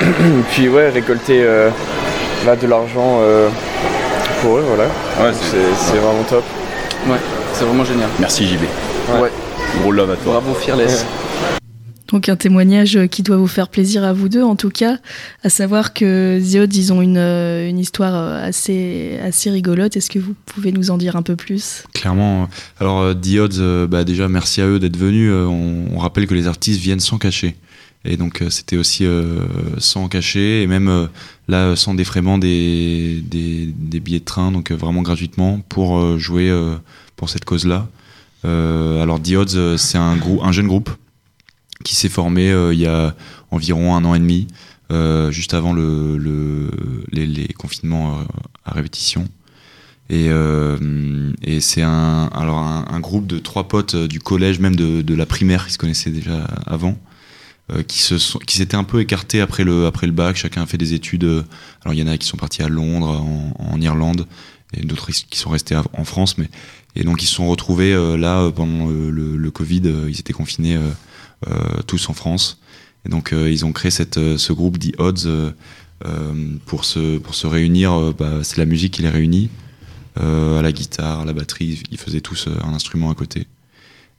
Puis ouais, récolter euh, là, de l'argent euh, pour eux, voilà.
Ouais, c'est,
c'est, c'est ouais. vraiment top. Ouais, c'est vraiment génial.
Merci J B.
Ouais. ouais.
Gros love à toi.
Bravo Fearless. Ouais.
Donc un témoignage qui doit vous faire plaisir à vous deux en tout cas, à savoir que The Odds, ils ont une, une histoire assez, assez rigolote. Est-ce que vous pouvez nous en dire un peu plus ?
Clairement. Alors The Odds, bah déjà merci à eux d'être venus. On, on rappelle que les artistes viennent sans cachet. Et donc c'était aussi euh, sans cachet, et même euh, là sans défraiement des, des, des billets de train, donc euh, vraiment gratuitement pour euh, jouer euh, pour cette cause-là. Euh, alors The Odds, c'est un, grou- un jeune groupe qui s'est formé euh, il y a environ un an et demi, euh, juste avant le, le, les, les confinements euh, à répétition. Et, euh, et c'est un, alors un, un groupe de trois potes du collège, même de, de la primaire, qui se connaissaient déjà avant, euh, qui, se sont, qui s'étaient un peu écartés après le, après le bac. Chacun a fait des études. Alors il y en a qui sont partis à Londres, en, en Irlande, et d'autres qui sont restés en France. Mais, et donc ils se sont retrouvés euh, là pendant le, le, le Covid. Euh, ils étaient confinés euh, Euh, tous en France, et donc euh, ils ont créé cette, euh, ce groupe The Odds euh, euh, pour, se, pour se réunir. Euh, bah, c'est la musique qui les réunit, euh, à la guitare, à la batterie, ils faisaient tous euh, un instrument à côté,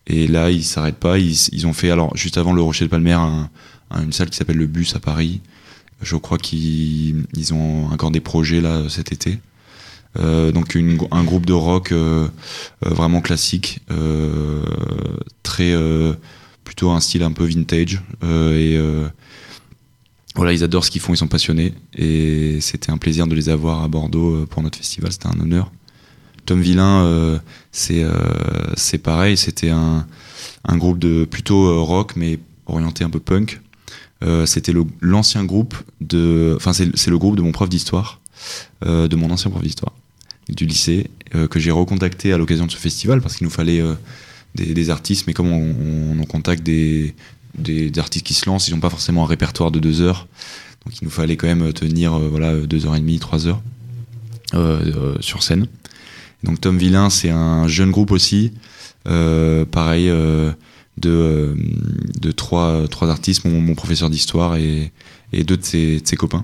Et là, ils s'arrêtent pas. Ils, ils ont fait, alors, juste avant le Rocher de Palmer, un, un, une salle qui s'appelle le Bus à Paris. Je crois qu'ils ils ont encore des projets là cet été. Euh, donc une, un groupe de rock euh, euh, vraiment classique, euh, très euh, plutôt un style un peu vintage. Euh, et euh, voilà, ils adorent ce qu'ils font, ils sont passionnés. Et c'était un plaisir de les avoir à Bordeaux pour notre festival. C'était un honneur. Tom Villain, euh, c'est euh, c'est pareil. C'était un un groupe de plutôt euh, rock mais orienté un peu punk. Euh, c'était le, l'ancien groupe de, enfin c'est, c'est le groupe de mon prof d'histoire, euh, de mon ancien prof d'histoire du lycée, euh, que j'ai recontacté à l'occasion de ce festival parce qu'il nous fallait euh, des, des artistes, mais comme on, on, on contacte des, des, des artistes qui se lancent, ils n'ont pas forcément un répertoire de deux heures, donc il nous fallait quand même tenir euh, voilà deux heures et demie, trois heures euh, euh, sur scène. Donc Tom Villain, c'est un jeune groupe aussi, euh, pareil. Euh, de, de trois, trois artistes, mon, mon professeur d'histoire et, et deux de ses, de ses copains.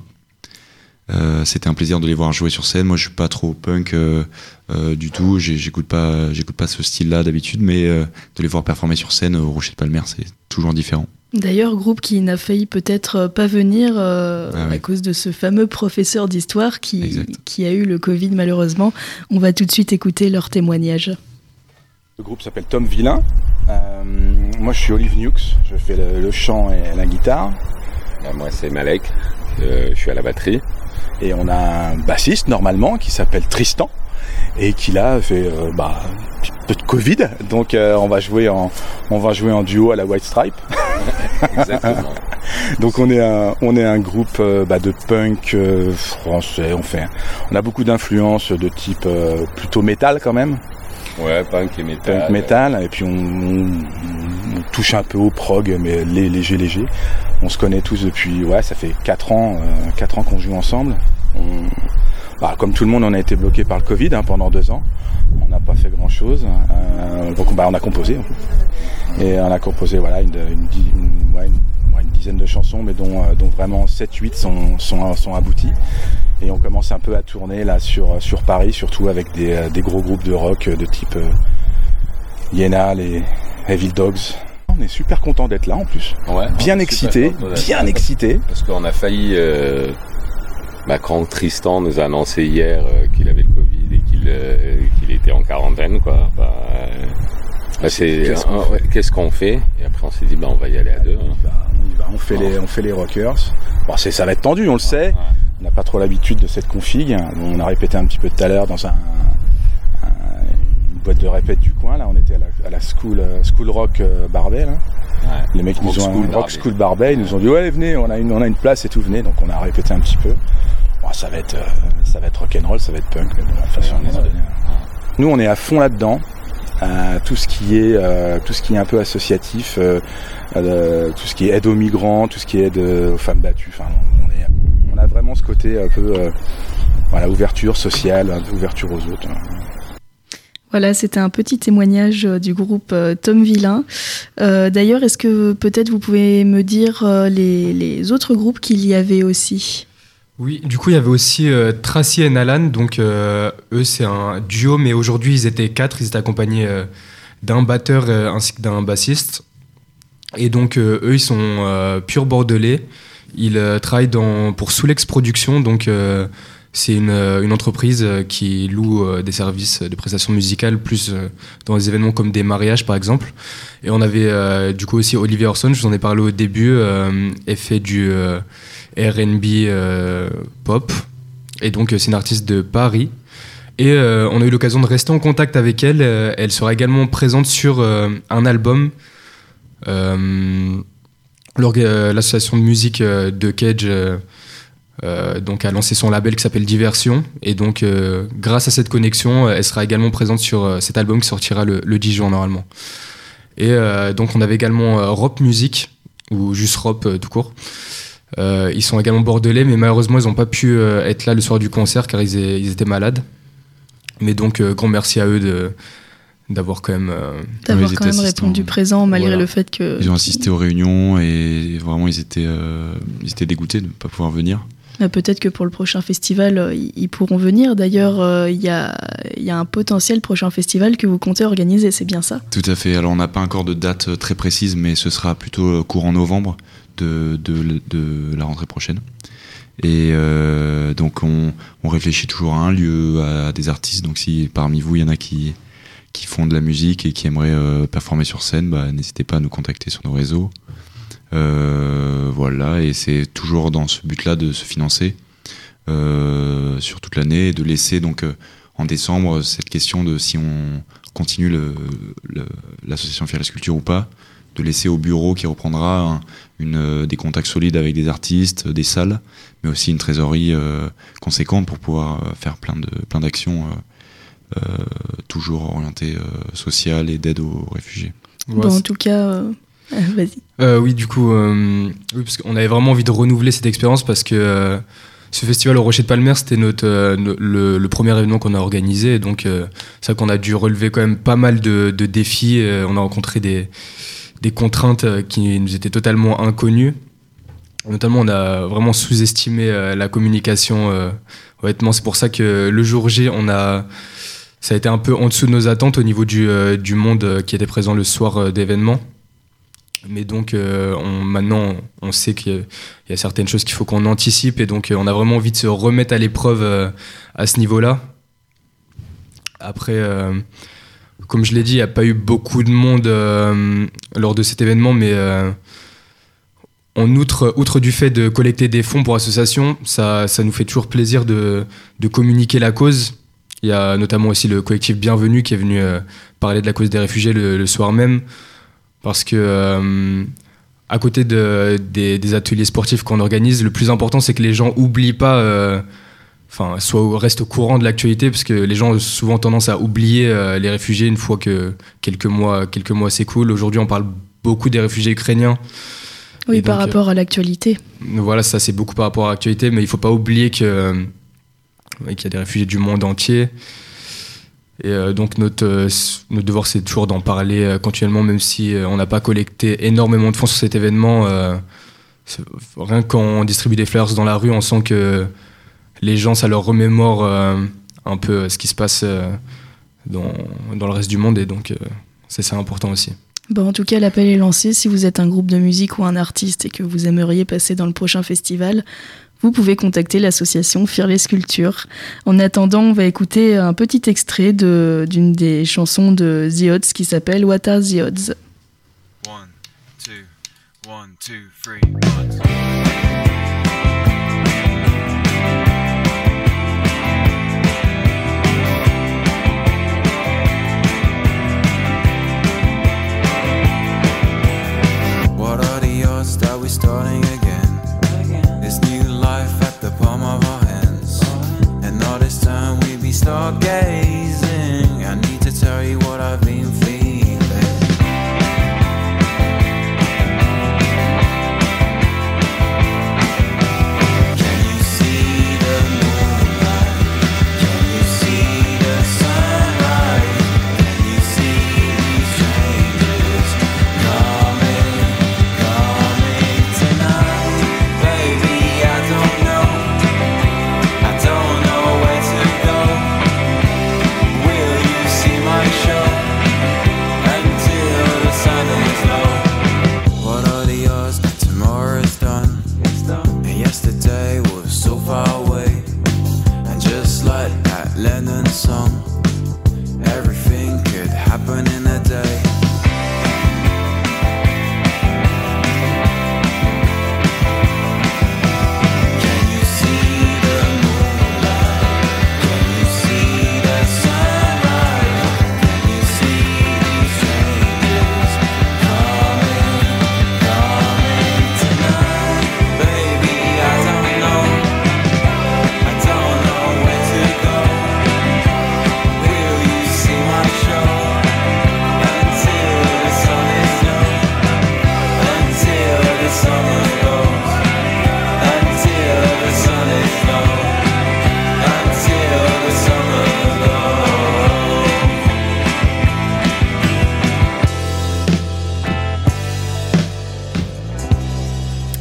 Euh, c'était un plaisir de les voir jouer sur scène. Moi, je suis pas trop punk euh, euh, du tout. J'ai, j'écoute pas, j'écoute pas ce style-là d'habitude, mais euh, de les voir performer sur scène au Rocher de Palmer, c'est toujours différent.
D'ailleurs, groupe qui n'a failli peut-être pas venir euh, ah oui. à cause de ce fameux professeur d'histoire qui, qui a eu le Covid malheureusement. On va tout de suite écouter leur témoignage.
Le groupe s'appelle Tom Villain. Euh, moi je suis Olive Nukes, je fais le, le chant et la guitare.
Ben, moi c'est Malek, euh, je suis à la batterie.
Et on a un bassiste normalement qui s'appelle Tristan et qui là fait euh, bah, un peu de Covid, donc euh, on va jouer en on va jouer en duo à la White Stripe.
Exactement.
Donc on est un on est un groupe euh, bah, de punk euh, français. On fait on a beaucoup d'influences de type euh, plutôt métal quand même.
Ouais, punk et métal.
Punk, métal, et puis on, on, on touche un peu au prog, mais léger, léger. On se connaît tous depuis, ouais, ça fait quatre ans, euh, quatre ans qu'on joue ensemble. On, bah, comme tout le monde, on a été bloqué par le Covid hein, pendant deux ans. On n'a pas fait grand chose. Euh, donc, bah, on a composé. Et on a composé, voilà, une, une, une, ouais, une, une dizaine de chansons, mais dont, euh, dont vraiment sept huit sont, sont, sont abouties. Et on commence un peu à tourner là sur sur Paris, surtout avec des des gros groupes de rock de type euh, Iéna, les Evil Dogs. On est super content d'être là en plus.
Ouais,
bien excité, bien excité.
Parce qu'on a failli. Euh, bah, quand Tristan nous a annoncé hier euh, qu'il avait le Covid et qu'il euh, qu'il était en quarantaine, quoi. Bah, euh, bah c'est qu'est-ce qu'on, euh, qu'est-ce qu'on fait ? Et après on s'est dit bah on va y aller à deux. Hein.
On, va, on, va, on fait ouais. les on fait les rockers. Bon c'est ça va être tendu, on le sait. Ouais. On n'a pas trop l'habitude de cette config. On a répété un petit peu tout à l'heure dans un, un, une boîte de répète du coin. Là, on était à la, à la school, school rock Barbet. Là. Ouais. Les mecs rock nous ont school, un rock school Barbet. Ils nous ont dit ouais venez, on a une on a une place et tout venez. Donc on a répété un petit peu. Bon, ça va être euh, ça va être rock'n'roll, ça va être punk. Mais bon, de toute façon, on est donné. Nous on est à fond là-dedans. Euh, tout ce qui est euh, tout ce qui est un peu associatif, euh, euh, tout ce qui est aide aux migrants, tout ce qui est aide aux femmes battues. Enfin, on est On a vraiment ce côté un peu euh, voilà, ouverture sociale, ouverture aux autres.
Voilà, c'était un petit témoignage du groupe euh, Tom Villain. Euh, d'ailleurs, est-ce que peut-être vous pouvez me dire euh, les, les autres groupes qu'il y avait aussi ?
Oui, du coup, il y avait aussi euh, Tracy et Alan. Donc, euh, eux, c'est un duo, mais aujourd'hui, ils étaient quatre. Ils étaient accompagnés euh, d'un batteur euh, ainsi que d'un bassiste. Et donc, euh, eux, ils sont euh, purs bordelais. Ils euh, travaillent dans, pour Soulex Productions, donc euh, c'est une, une entreprise euh, qui loue euh, des services de prestations musicales, plus euh, dans des événements comme des mariages par exemple. Et on avait euh, du coup aussi Olivier Orson, je vous en ai parlé au début, euh, elle fait du euh, R and B euh, pop, et donc euh, c'est une artiste de Paris. Et euh, on a eu l'occasion de rester en contact avec elle. Euh, elle sera également présente sur euh, un album. Euh, L'association de musique de Cage euh, euh, donc a lancé son label qui s'appelle Diversion, et donc euh, grâce à cette connexion elle sera également présente sur euh, cet album qui sortira le, le dix juin normalement. Et euh, donc on avait également euh, Rop Music, ou juste Rop euh, tout court. Euh, ils sont également bordelais, mais malheureusement ils n'ont pas pu euh, être là le soir du concert car ils, est, ils étaient malades. Mais donc euh, grand merci à eux de d'avoir quand même euh,
d'avoir quand même répondu présent malgré voilà. le fait que
ils ont assisté aux réunions et vraiment ils étaient euh, ils étaient dégoûtés de ne pas pouvoir venir.
Bah, peut-être que pour le prochain festival, euh, ils pourront venir. D'ailleurs, il euh, y, a, y a un potentiel prochain festival que vous comptez organiser, c'est bien ça?
Tout à fait. Alors, on n'a pas encore de date très précise, mais ce sera plutôt courant novembre de, de, de la rentrée prochaine. Et euh, donc, on, on réfléchit toujours à un lieu, à, à des artistes. Donc, si parmi vous, il y en a qui, qui font de la musique et qui aimeraient euh, performer sur scène, bah, n'hésitez pas à nous contacter sur nos réseaux. Euh, voilà, et c'est toujours dans ce but-là de se financer euh, sur toute l'année et de laisser donc euh, en décembre cette question de si on continue le, le, l'association Fier la Sculpture ou pas, de laisser au bureau qui reprendra un, une, des contacts solides avec des artistes, des salles, mais aussi une trésorerie euh, conséquente pour pouvoir faire plein, de, plein d'actions euh, euh, toujours orientées euh, sociales et d'aide aux réfugiés.
Ouais, bon, en tout cas... Euh... Euh, vas-y.
Euh, oui, du coup, euh, oui, parce qu'on avait vraiment envie de renouveler cette expérience parce que euh, ce festival au Rocher de Palmer, c'était notre, euh, le, le premier événement qu'on a organisé. Et donc, euh, c'est vrai qu'on a dû relever quand même pas mal de, de défis. Euh, on a rencontré des, des contraintes qui nous étaient totalement inconnues. Notamment, on a vraiment sous-estimé euh, la communication. Euh, honnêtement, c'est pour ça que le jour J, on a, ça a été un peu en dessous de nos attentes au niveau du, euh, du monde qui était présent le soir euh, d'événement. Mais donc euh, on, maintenant on sait qu'il y a certaines choses qu'il faut qu'on anticipe et donc euh, on a vraiment envie de se remettre à l'épreuve euh, à ce niveau-là. Après, euh, comme je l'ai dit, il n'y a pas eu beaucoup de monde euh, lors de cet événement, mais euh, en outre, outre du fait de collecter des fonds pour l'association, ça, ça nous fait toujours plaisir de, de communiquer la cause. Il y a notamment aussi le collectif Bienvenue qui est venu euh, parler de la cause des réfugiés le, le soir même. Parce que euh, à côté de, des, des ateliers sportifs qu'on organise, le plus important c'est que les gens oublient pas, euh, enfin, soit restent au courant de l'actualité, parce que les gens ont souvent tendance à oublier euh, les réfugiés une fois que quelques mois, quelques mois s'écoulent. Aujourd'hui, on parle beaucoup des réfugiés ukrainiens.
Oui,
et
par
donc,
rapport à l'actualité.
Voilà, ça c'est beaucoup par rapport à l'actualité, mais il faut pas oublier que, euh, qu'il y a des réfugiés du monde entier. Et euh, donc notre, euh, notre devoir c'est toujours d'en parler euh, continuellement, même si euh, on n'a pas collecté énormément de fonds sur cet événement. Euh, rien qu'on distribue des flyers dans la rue, on sent que les gens, ça leur remémore euh, un peu ce qui se passe euh, dans, dans le reste du monde, et donc euh, c'est ça important aussi.
Bon, en tout cas, l'appel est lancé. Si vous êtes un groupe de musique ou un artiste et que vous aimeriez passer dans le prochain festival, vous pouvez contacter l'association Fier la Sculpture. En attendant, on va écouter un petit extrait de, d'une des chansons de The Odds qui s'appelle What Are the Odds?
One, two, one, two, three, odds. What are the odds that we're starting again? This new life at the palm of our hands, and all this time we be stargazing. I need to tell you what I've been feeling. Can you see the moonlight? Can you see the sunrise? Can you see these strangers coming, coming tonight?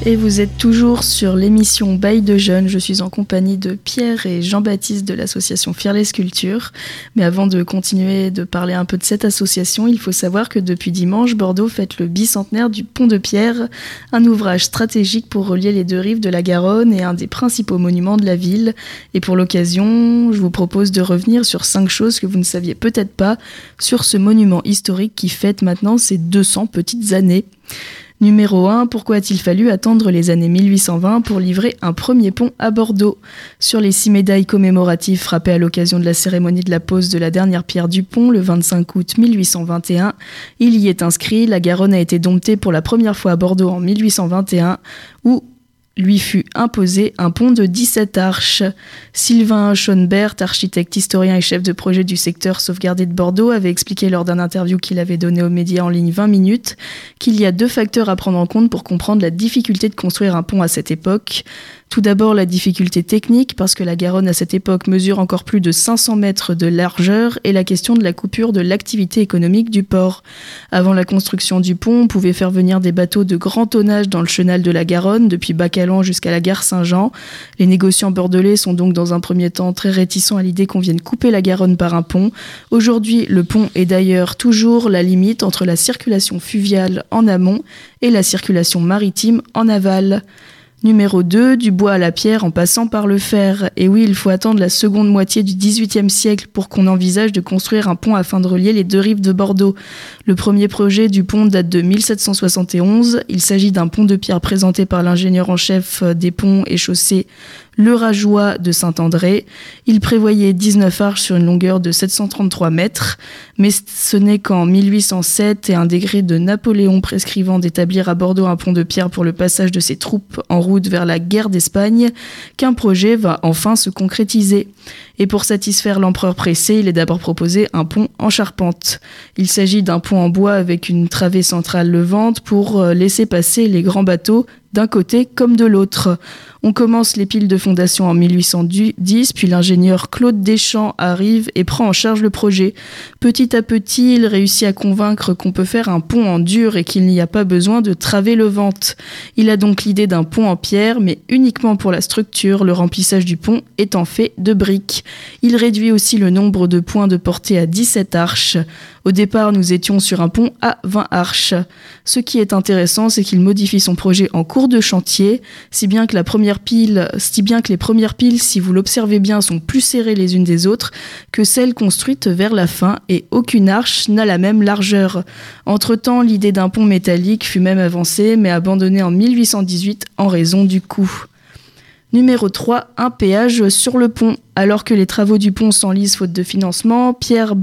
Et vous êtes toujours sur l'émission Bail de Jeunes. Je suis en compagnie de Pierre et Jean-Baptiste de l'association Fearless Culture. Mais avant de continuer de parler un peu de cette association, il faut savoir que depuis dimanche, Bordeaux fête le bicentenaire du Pont de Pierre, un ouvrage stratégique pour relier les deux rives de la Garonne et un des principaux monuments de la ville. Et pour l'occasion, je vous propose de revenir sur cinq choses que vous ne saviez peut-être pas sur ce monument historique qui fête maintenant ses deux cents petites années. Numéro un, pourquoi a-t-il fallu attendre les années mille huit cent vingt pour livrer un premier pont à Bordeaux ? Sur les six médailles commémoratives frappées à l'occasion de la cérémonie de la pose de la dernière pierre du pont le vingt-cinq août mille huit cent vingt et un, il y est inscrit « La Garonne a été domptée pour la première fois à Bordeaux en mille huit cent vingt et un » où lui fut imposé un pont de dix-sept arches. Sylvain Schoenbert, architecte, historien et chef de projet du secteur sauvegardé de Bordeaux, avait expliqué lors d'un interview qu'il avait donné aux médias en ligne vingt minutes qu'il y a deux facteurs à prendre en compte pour comprendre la difficulté de construire un pont à cette époque. Tout d'abord, la difficulté technique, parce que la Garonne à cette époque mesure encore plus de cinq cents mètres de largeur, et la question de la coupure de l'activité économique du port. Avant la construction du pont, on pouvait faire venir des bateaux de grand tonnage dans le chenal de la Garonne, depuis Bacalan jusqu'à la gare Saint-Jean. Les négociants bordelais sont donc dans un premier temps très réticents à l'idée qu'on vienne couper la Garonne par un pont. Aujourd'hui, le pont est d'ailleurs toujours la limite entre la circulation fluviale en amont et la circulation maritime en aval. Numéro deux, du bois à la pierre en passant par le fer. Et oui, il faut attendre la seconde moitié du dix-huitième siècle pour qu'on envisage de construire un pont afin de relier les deux rives de Bordeaux. Le premier projet du pont date de mille sept cent soixante et onze. Il s'agit d'un pont de pierre présenté par l'ingénieur en chef des ponts et chaussées Le Rageois de Saint-André. Il prévoyait dix-neuf arches sur une longueur de sept cent trente-trois mètres, mais ce n'est qu'en mille huit cent sept et un décret de Napoléon prescrivant d'établir à Bordeaux un pont de pierre pour le passage de ses troupes en route vers la guerre d'Espagne qu'un projet va enfin se concrétiser. Et pour satisfaire l'empereur pressé, il est d'abord proposé un pont en charpente. Il s'agit d'un pont en bois avec une travée centrale levante pour laisser passer les grands bateaux d'un côté comme de l'autre. On commence les piles de fondation en mille huit cent dix, puis l'ingénieur Claude Deschamps arrive et prend en charge le projet. Petit à petit, il réussit à convaincre qu'on peut faire un pont en dur et qu'il n'y a pas besoin de travée levante. Il a donc l'idée d'un pont en pierre, mais uniquement pour la structure, le remplissage du pont étant fait de briques. Il réduit aussi le nombre de points de portée à dix-sept arches. Au départ, nous étions sur un pont à vingt arches. Ce qui est intéressant, c'est qu'il modifie son projet en cours de chantier, si bien que la première pile, si bien que les premières piles, si vous l'observez bien, sont plus serrées les unes des autres que celles construites vers la fin, et aucune arche n'a la même largeur. Entre-temps, l'idée d'un pont métallique fut même avancée, mais abandonnée en mille huit cent dix-huit en raison du coût. Numéro trois, un péage sur le pont. Alors que les travaux du pont s'enlisent faute de financement, Pierre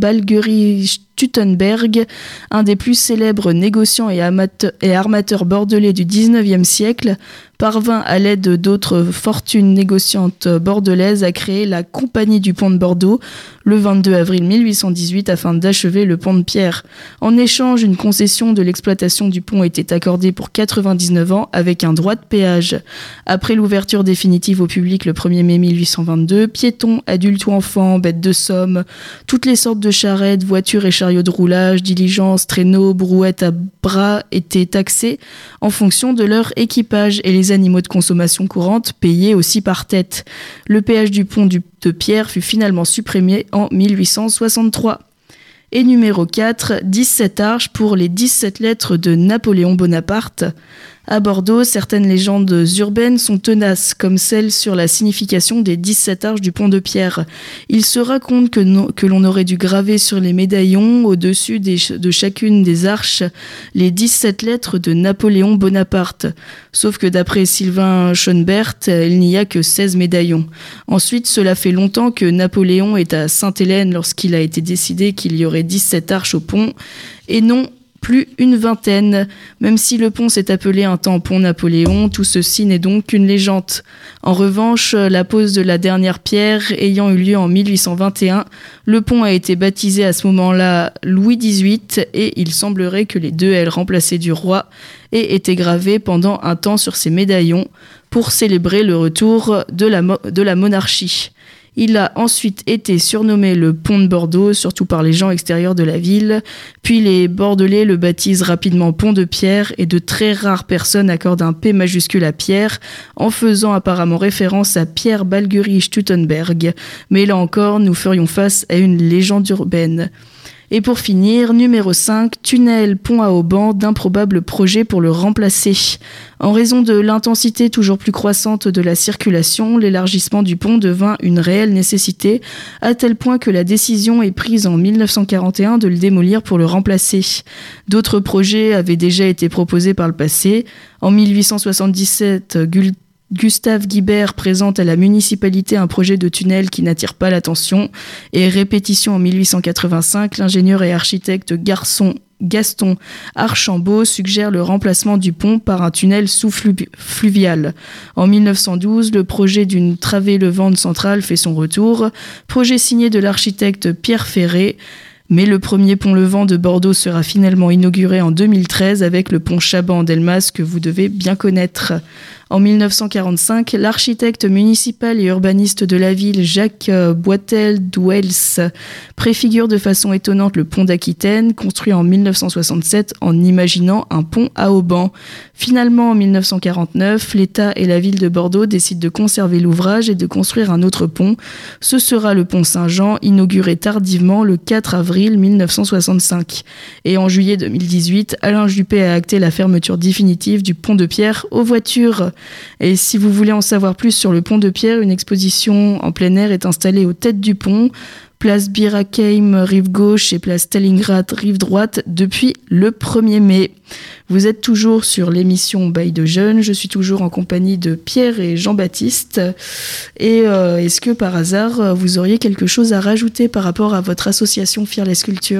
Balguerie-Stuttenberg, un des plus célèbres négociants et, amateur, et armateurs bordelais du dix-neuvième siècle, parvint à l'aide d'autres fortunes négociantes bordelaises à créer la Compagnie du Pont de Bordeaux le vingt-deux avril mille huit cent dix-huit afin d'achever le pont de pierre. En échange, une concession de l'exploitation du pont était accordée pour quatre-vingt-dix-neuf ans avec un droit de péage. Après l'ouverture définitive au public le premier mai mille huit cent vingt-deux, piétons, adultes ou enfants, bêtes de somme, toutes les sortes de charrettes, voitures et chariots de roulage, diligences, traîneaux, brouettes à bras étaient taxés en fonction de leur équipage et les animaux de consommation courante payés aussi par tête. Le péage du pont de pierre fut finalement supprimé en mille huit cent soixante-trois. Et numéro quatre, dix-sept arches pour les dix-sept lettres de Napoléon Bonaparte. À Bordeaux, certaines légendes urbaines sont tenaces, comme celle sur la signification des dix-sept arches du pont de pierre. Il se raconte que, no- que l'on aurait dû graver sur les médaillons, au-dessus des ch- de chacune des arches, les dix-sept lettres de Napoléon Bonaparte. Sauf que d'après Sylvain Schoenbert, il n'y a que seize médaillons. Ensuite, cela fait longtemps que Napoléon est à Sainte-Hélène lorsqu'il a été décidé qu'il y aurait dix-sept arches au pont, et non plus une vingtaine. Même si le pont s'est appelé un temps pont Napoléon, tout ceci n'est donc qu'une légende. En revanche, la pose de la dernière pierre ayant eu lieu en mille huit cent vingt et un, le pont a été baptisé à ce moment-là Louis dix-huit et il semblerait que les deux ailes remplacées du roi aient été gravées pendant un temps sur ces médaillons pour célébrer le retour de la, mo- de la monarchie. Il a ensuite été surnommé le pont de Bordeaux, surtout par les gens extérieurs de la ville. Puis les Bordelais le baptisent rapidement pont de Pierre et de très rares personnes accordent un P majuscule à Pierre en faisant apparemment référence à Pierre Balguerie Stuttenberg. Mais là encore, nous ferions face à une légende urbaine. Et pour finir, numéro cinq, tunnel pont à Auban, d'improbables projets pour le remplacer. En raison de l'intensité toujours plus croissante de la circulation, l'élargissement du pont devint une réelle nécessité, à tel point que la décision est prise en mille neuf cent quarante et un de le démolir pour le remplacer. D'autres projets avaient déjà été proposés par le passé. En mille huit cent soixante-dix-sept, Gul- Gustave Guibert présente à la municipalité un projet de tunnel qui n'attire pas l'attention. Et répétition en mille huit cent quatre-vingt-cinq, l'ingénieur et architecte Garçon Gaston Archambault suggère le remplacement du pont par un tunnel sous-fluvial. En mille neuf cent douze, le projet d'une travée levante centrale fait son retour, projet signé de l'architecte Pierre Ferré. Mais le premier pont levant de Bordeaux sera finalement inauguré en deux mille treize avec le pont Chaban-Delmas que vous devez bien connaître. En mille neuf cent quarante-cinq, l'architecte municipal et urbaniste de la ville, Jacques Boitel-Douels, préfigure de façon étonnante le pont d'Aquitaine, construit en mille neuf cent soixante-sept en imaginant un pont à Auban. Finalement, en mille neuf cent quarante-neuf, l'État et la ville de Bordeaux décident de conserver l'ouvrage et de construire un autre pont. Ce sera le pont Saint-Jean, inauguré tardivement le quatre avril mille neuf cent soixante-cinq. Et en juillet deux mille dix-huit, Alain Juppé a acté la fermeture définitive du pont de Pierre aux voitures. Et si vous voulez en savoir plus sur le pont de Pierre, une exposition en plein air est installée aux têtes du pont, place Birakeim, rive gauche, et place Stalingrad, rive droite, depuis le premier mai. Vous êtes toujours sur l'émission Bail de Jeunes. Je suis toujours en compagnie de Pierre et Jean-Baptiste. Et euh, est-ce que par hasard, vous auriez quelque chose à rajouter par rapport à votre association Fearless Culture ?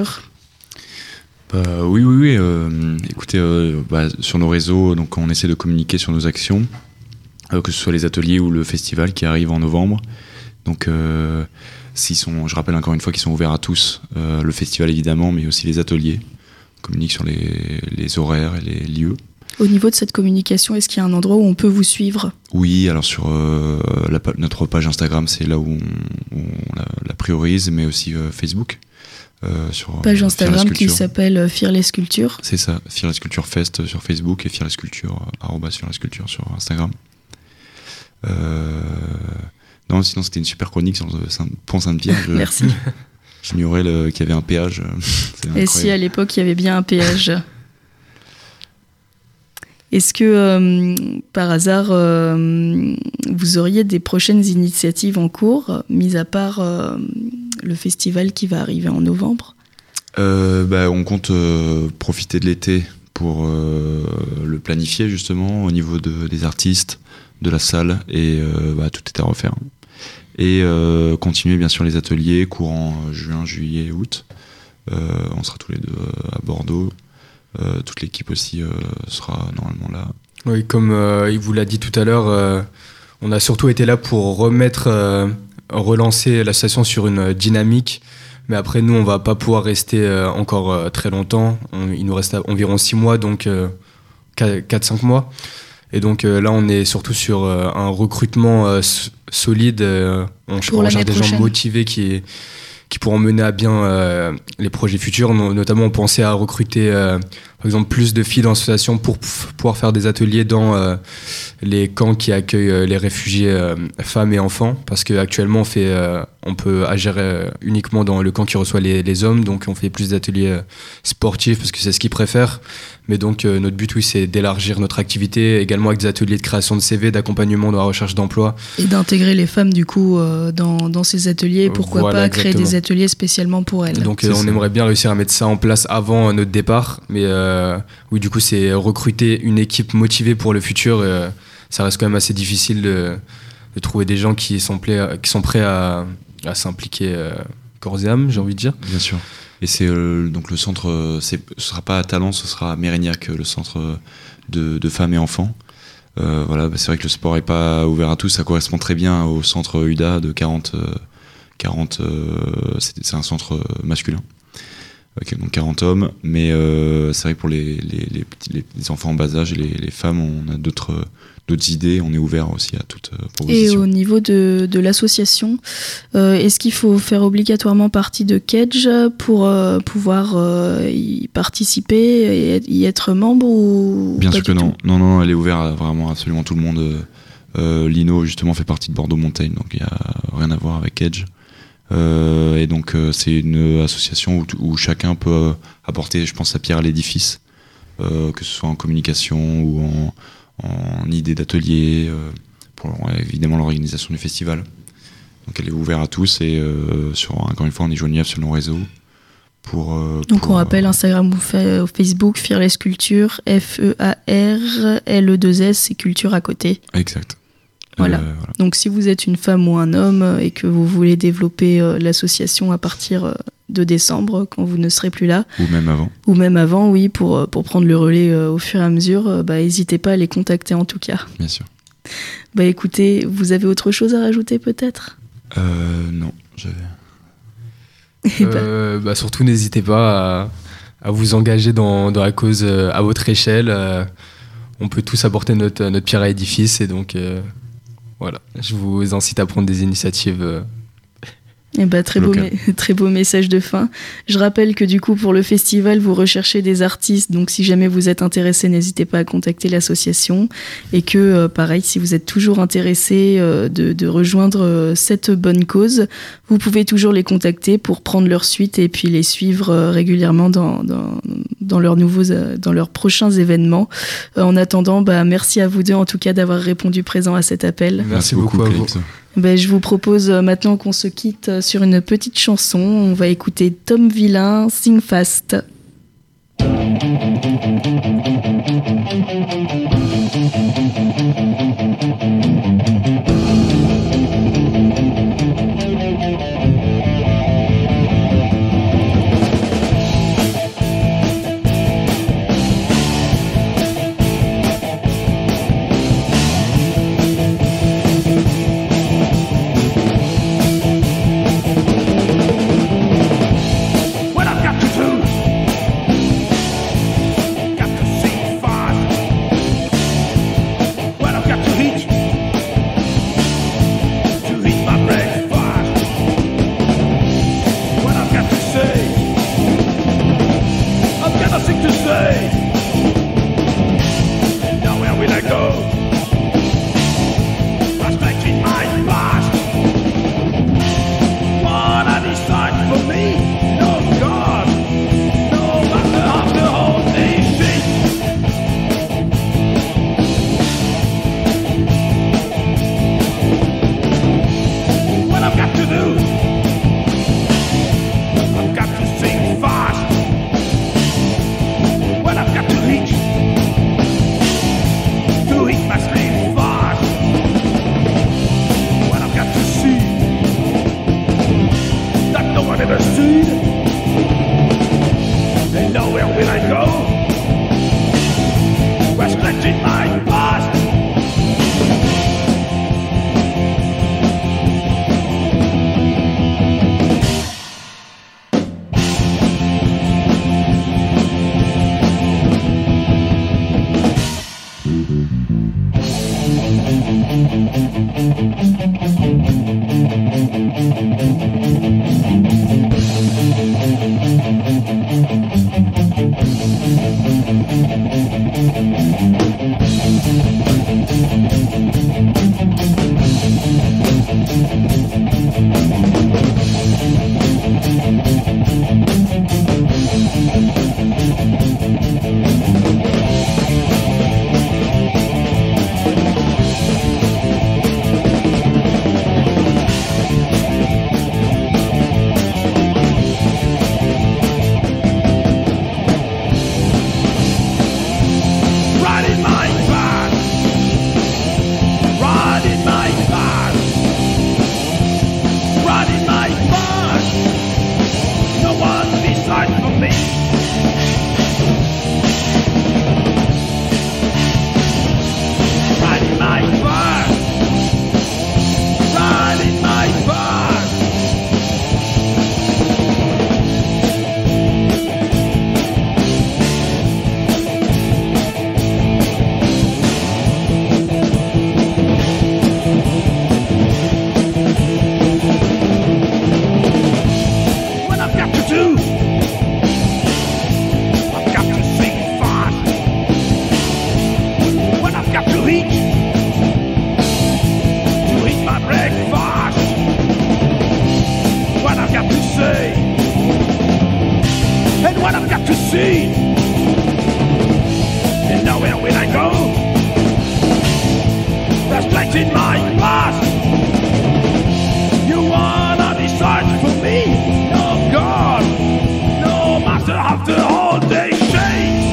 Bah, oui, oui, oui. Euh, écoutez, euh, bah, sur nos réseaux, donc on essaie de communiquer sur nos actions, euh, que ce soit les ateliers ou le festival qui arrive en novembre. Donc, euh, s'ils sont, je rappelle encore une fois qu'ils sont ouverts à tous, euh, le festival évidemment, mais aussi les ateliers. On communique sur les, les horaires et les lieux.
Au niveau de cette communication, est-ce qu'il y a un endroit où on peut vous suivre ?
Oui, alors sur euh, la, notre page Instagram, c'est là où on, on la, la priorise, mais aussi euh, Facebook. Euh, sur
page
euh,
Instagram qui s'appelle Fearless Culture.
C'est ça, Fearless Culture Fest sur Facebook et Fearless Culture, arobase Fearless Culture sur Instagram. Euh... Non, sinon c'était une super chronique sur le pont Sainte-Pierre. Je...
Merci.
J'ignorais le... qu'il y avait un péage.
Et si à l'époque il y avait bien un péage. Est-ce que, euh, par hasard, euh, vous auriez des prochaines initiatives en cours, mis à part euh, le festival qui va arriver en novembre ?
euh, bah, On compte euh, profiter de l'été pour euh, le planifier, justement, au niveau de, des artistes, de la salle, et euh, bah, tout est à refaire. Et euh, continuer, bien sûr, les ateliers courant juin, juillet, août. Euh, on sera tous les deux à Bordeaux. Euh, toute l'équipe aussi euh, sera normalement là.
Oui, comme euh, il vous l'a dit tout à l'heure, euh, on a surtout été là pour remettre, euh, relancer l'association sur une dynamique. Mais après, nous, on va pas pouvoir rester euh, encore euh, très longtemps. On, il nous reste environ six mois, donc euh, quatre cinq mois. Et donc euh, là, on est surtout sur euh, un recrutement euh, s- solide. Euh, on
pour
recherche
l'année
des
prochaine.
gens motivés qui qui pourront mener à bien euh, les projets futurs. No- notamment, on pensait à recruter, euh, par exemple, plus de filles dans l'association pour p- pouvoir faire des ateliers dans euh, les camps qui accueillent euh, les réfugiés euh, femmes et enfants. Parce qu'actuellement, on, fait, euh, on peut agir euh, uniquement dans le camp qui reçoit les, les hommes. Donc, on fait plus d'ateliers euh, sportifs parce que c'est ce qu'ils préfèrent. Mais donc, euh, notre but, oui, c'est d'élargir notre activité, également avec des ateliers de création de C V, d'accompagnement dans la recherche d'emploi.
Et d'intégrer les femmes, du coup, euh, dans, dans ces ateliers. Pourquoi
Voilà,
pas créer
exactement.
des ateliers spécialement pour elles.
Donc, euh, on aimerait bien réussir à mettre ça en place avant euh, notre départ. Mais euh, oui, du coup, c'est recruter une équipe motivée pour le futur. Euh, ça reste quand même assez difficile de, de trouver des gens qui sont, pla- qui sont prêts à, à s'impliquer euh, corps et âme, j'ai envie de dire.
Bien sûr. Et c'est euh, donc le centre, euh, c'est, ce sera pas à Talence, ce sera à Mérignac, le centre de, de femmes et enfants. Euh, voilà, bah c'est vrai que le sport est pas ouvert à tous, ça correspond très bien au centre U D A de quarante, euh, quarante euh, c'est, c'est un centre masculin. Ok, donc quarante hommes, mais euh, c'est vrai que pour les, les, les, petits, les, les enfants en bas âge et les, les femmes, on a d'autres, d'autres idées, on est ouvert aussi à toute euh, proposition.
Et au niveau de, de l'association, euh, est-ce qu'il faut faire obligatoirement partie de Kedge pour euh, pouvoir euh, y participer et y être membre ou
Bien
pas
sûr que
du
non.
tout
non, non, non, elle est ouverte à vraiment absolument tout le monde. Euh, Lino justement fait partie de Bordeaux Montaigne, donc il n'y a rien à voir avec Kedge. Euh, et donc euh, c'est une association où, où chacun peut euh, apporter, je pense, sa pierre à l'édifice, euh, que ce soit en communication ou en, en idée d'atelier, euh, pour ouais, évidemment l'organisation du festival. Donc elle est ouverte à tous et euh, sur, encore une fois on est joignable sur nos réseaux. Pour, euh,
Donc
pour,
on rappelle Instagram ou fa- Facebook, Fearless Culture, F E A R L E deux S, c'est culture à côté.
Exact.
Voilà.
Euh, voilà.
Donc si vous êtes une femme ou un homme et que vous voulez développer euh, l'association à partir euh, de décembre, quand vous ne serez plus là,
Ou même avant.
ou même avant, oui, pour, euh, pour prendre le relais euh, au fur et à mesure, euh, bah, n'hésitez pas à les contacter en tout cas.
Bien sûr.
Bah écoutez, vous avez autre chose à rajouter peut-être ?
Euh, non, j'avais...
Eh ben.
Euh, bah, surtout, n'hésitez pas à, à vous engager dans, dans la cause euh, à votre échelle. Euh, on peut tous apporter notre, notre pierre à l'édifice et donc euh, voilà, je vous incite à prendre des initiatives. Euh,
Eh ben, très, beau me- très beau message de fin. Je rappelle que du coup pour le festival vous recherchez des artistes, donc si jamais vous êtes intéressé n'hésitez pas à contacter l'association et que euh, pareil si vous êtes toujours intéressé euh, de, de rejoindre euh, cette bonne cause, vous pouvez toujours les contacter pour prendre leur suite et puis les suivre euh, régulièrement dans, dans, dans, leurs nouveaux, euh, dans leurs prochains événements. Euh, en attendant, bah, merci à vous deux en tout cas d'avoir répondu présent à cet appel.
Merci, Merci beaucoup, beaucoup à vous.
Ben, je vous propose euh, maintenant qu'on se quitte euh, sur une petite chanson. On va écouter Tom Villain, Sing Fast.
What I've got to do, got to sing fast. What I've got to eat, to eat my breakfast. What I've got to say, I've got nothing to say. Now where will I go? Prospecting my past. What I decide for me? No God, no matter how the whole nation. What I've got to do, I've got to sing fast. What I've got to eat, to eat my sleep fast. What I've got to see, that no one ever seen. And nowhere will I go, respecting my past. Riding my back,
eat, to eat my breakfast. What I've got to say, and what I've got to see, and nowhere will I go. There's plenty in my past. You wanna decide for me? Oh God, no matter how the whole day shakes.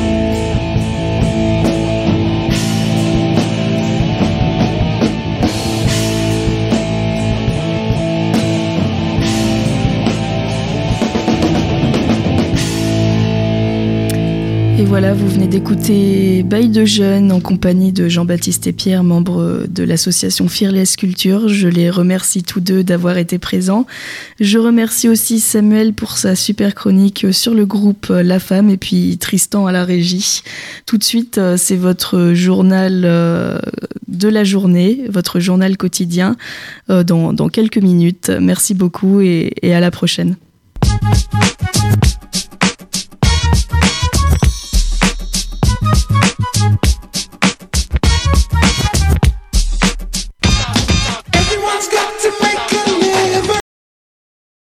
Et voilà, vous venez d'écouter Bail de Jeunes en compagnie de Jean-Baptiste et Pierre, membres de l'association Fearless Culture. Je les remercie tous deux d'avoir été présents. Je remercie aussi Samuel pour sa super chronique sur le groupe La Femme et puis Tristan à la régie. Tout de suite, c'est votre journal de la journée, votre journal quotidien dans, dans quelques minutes. Merci beaucoup et, et à la prochaine.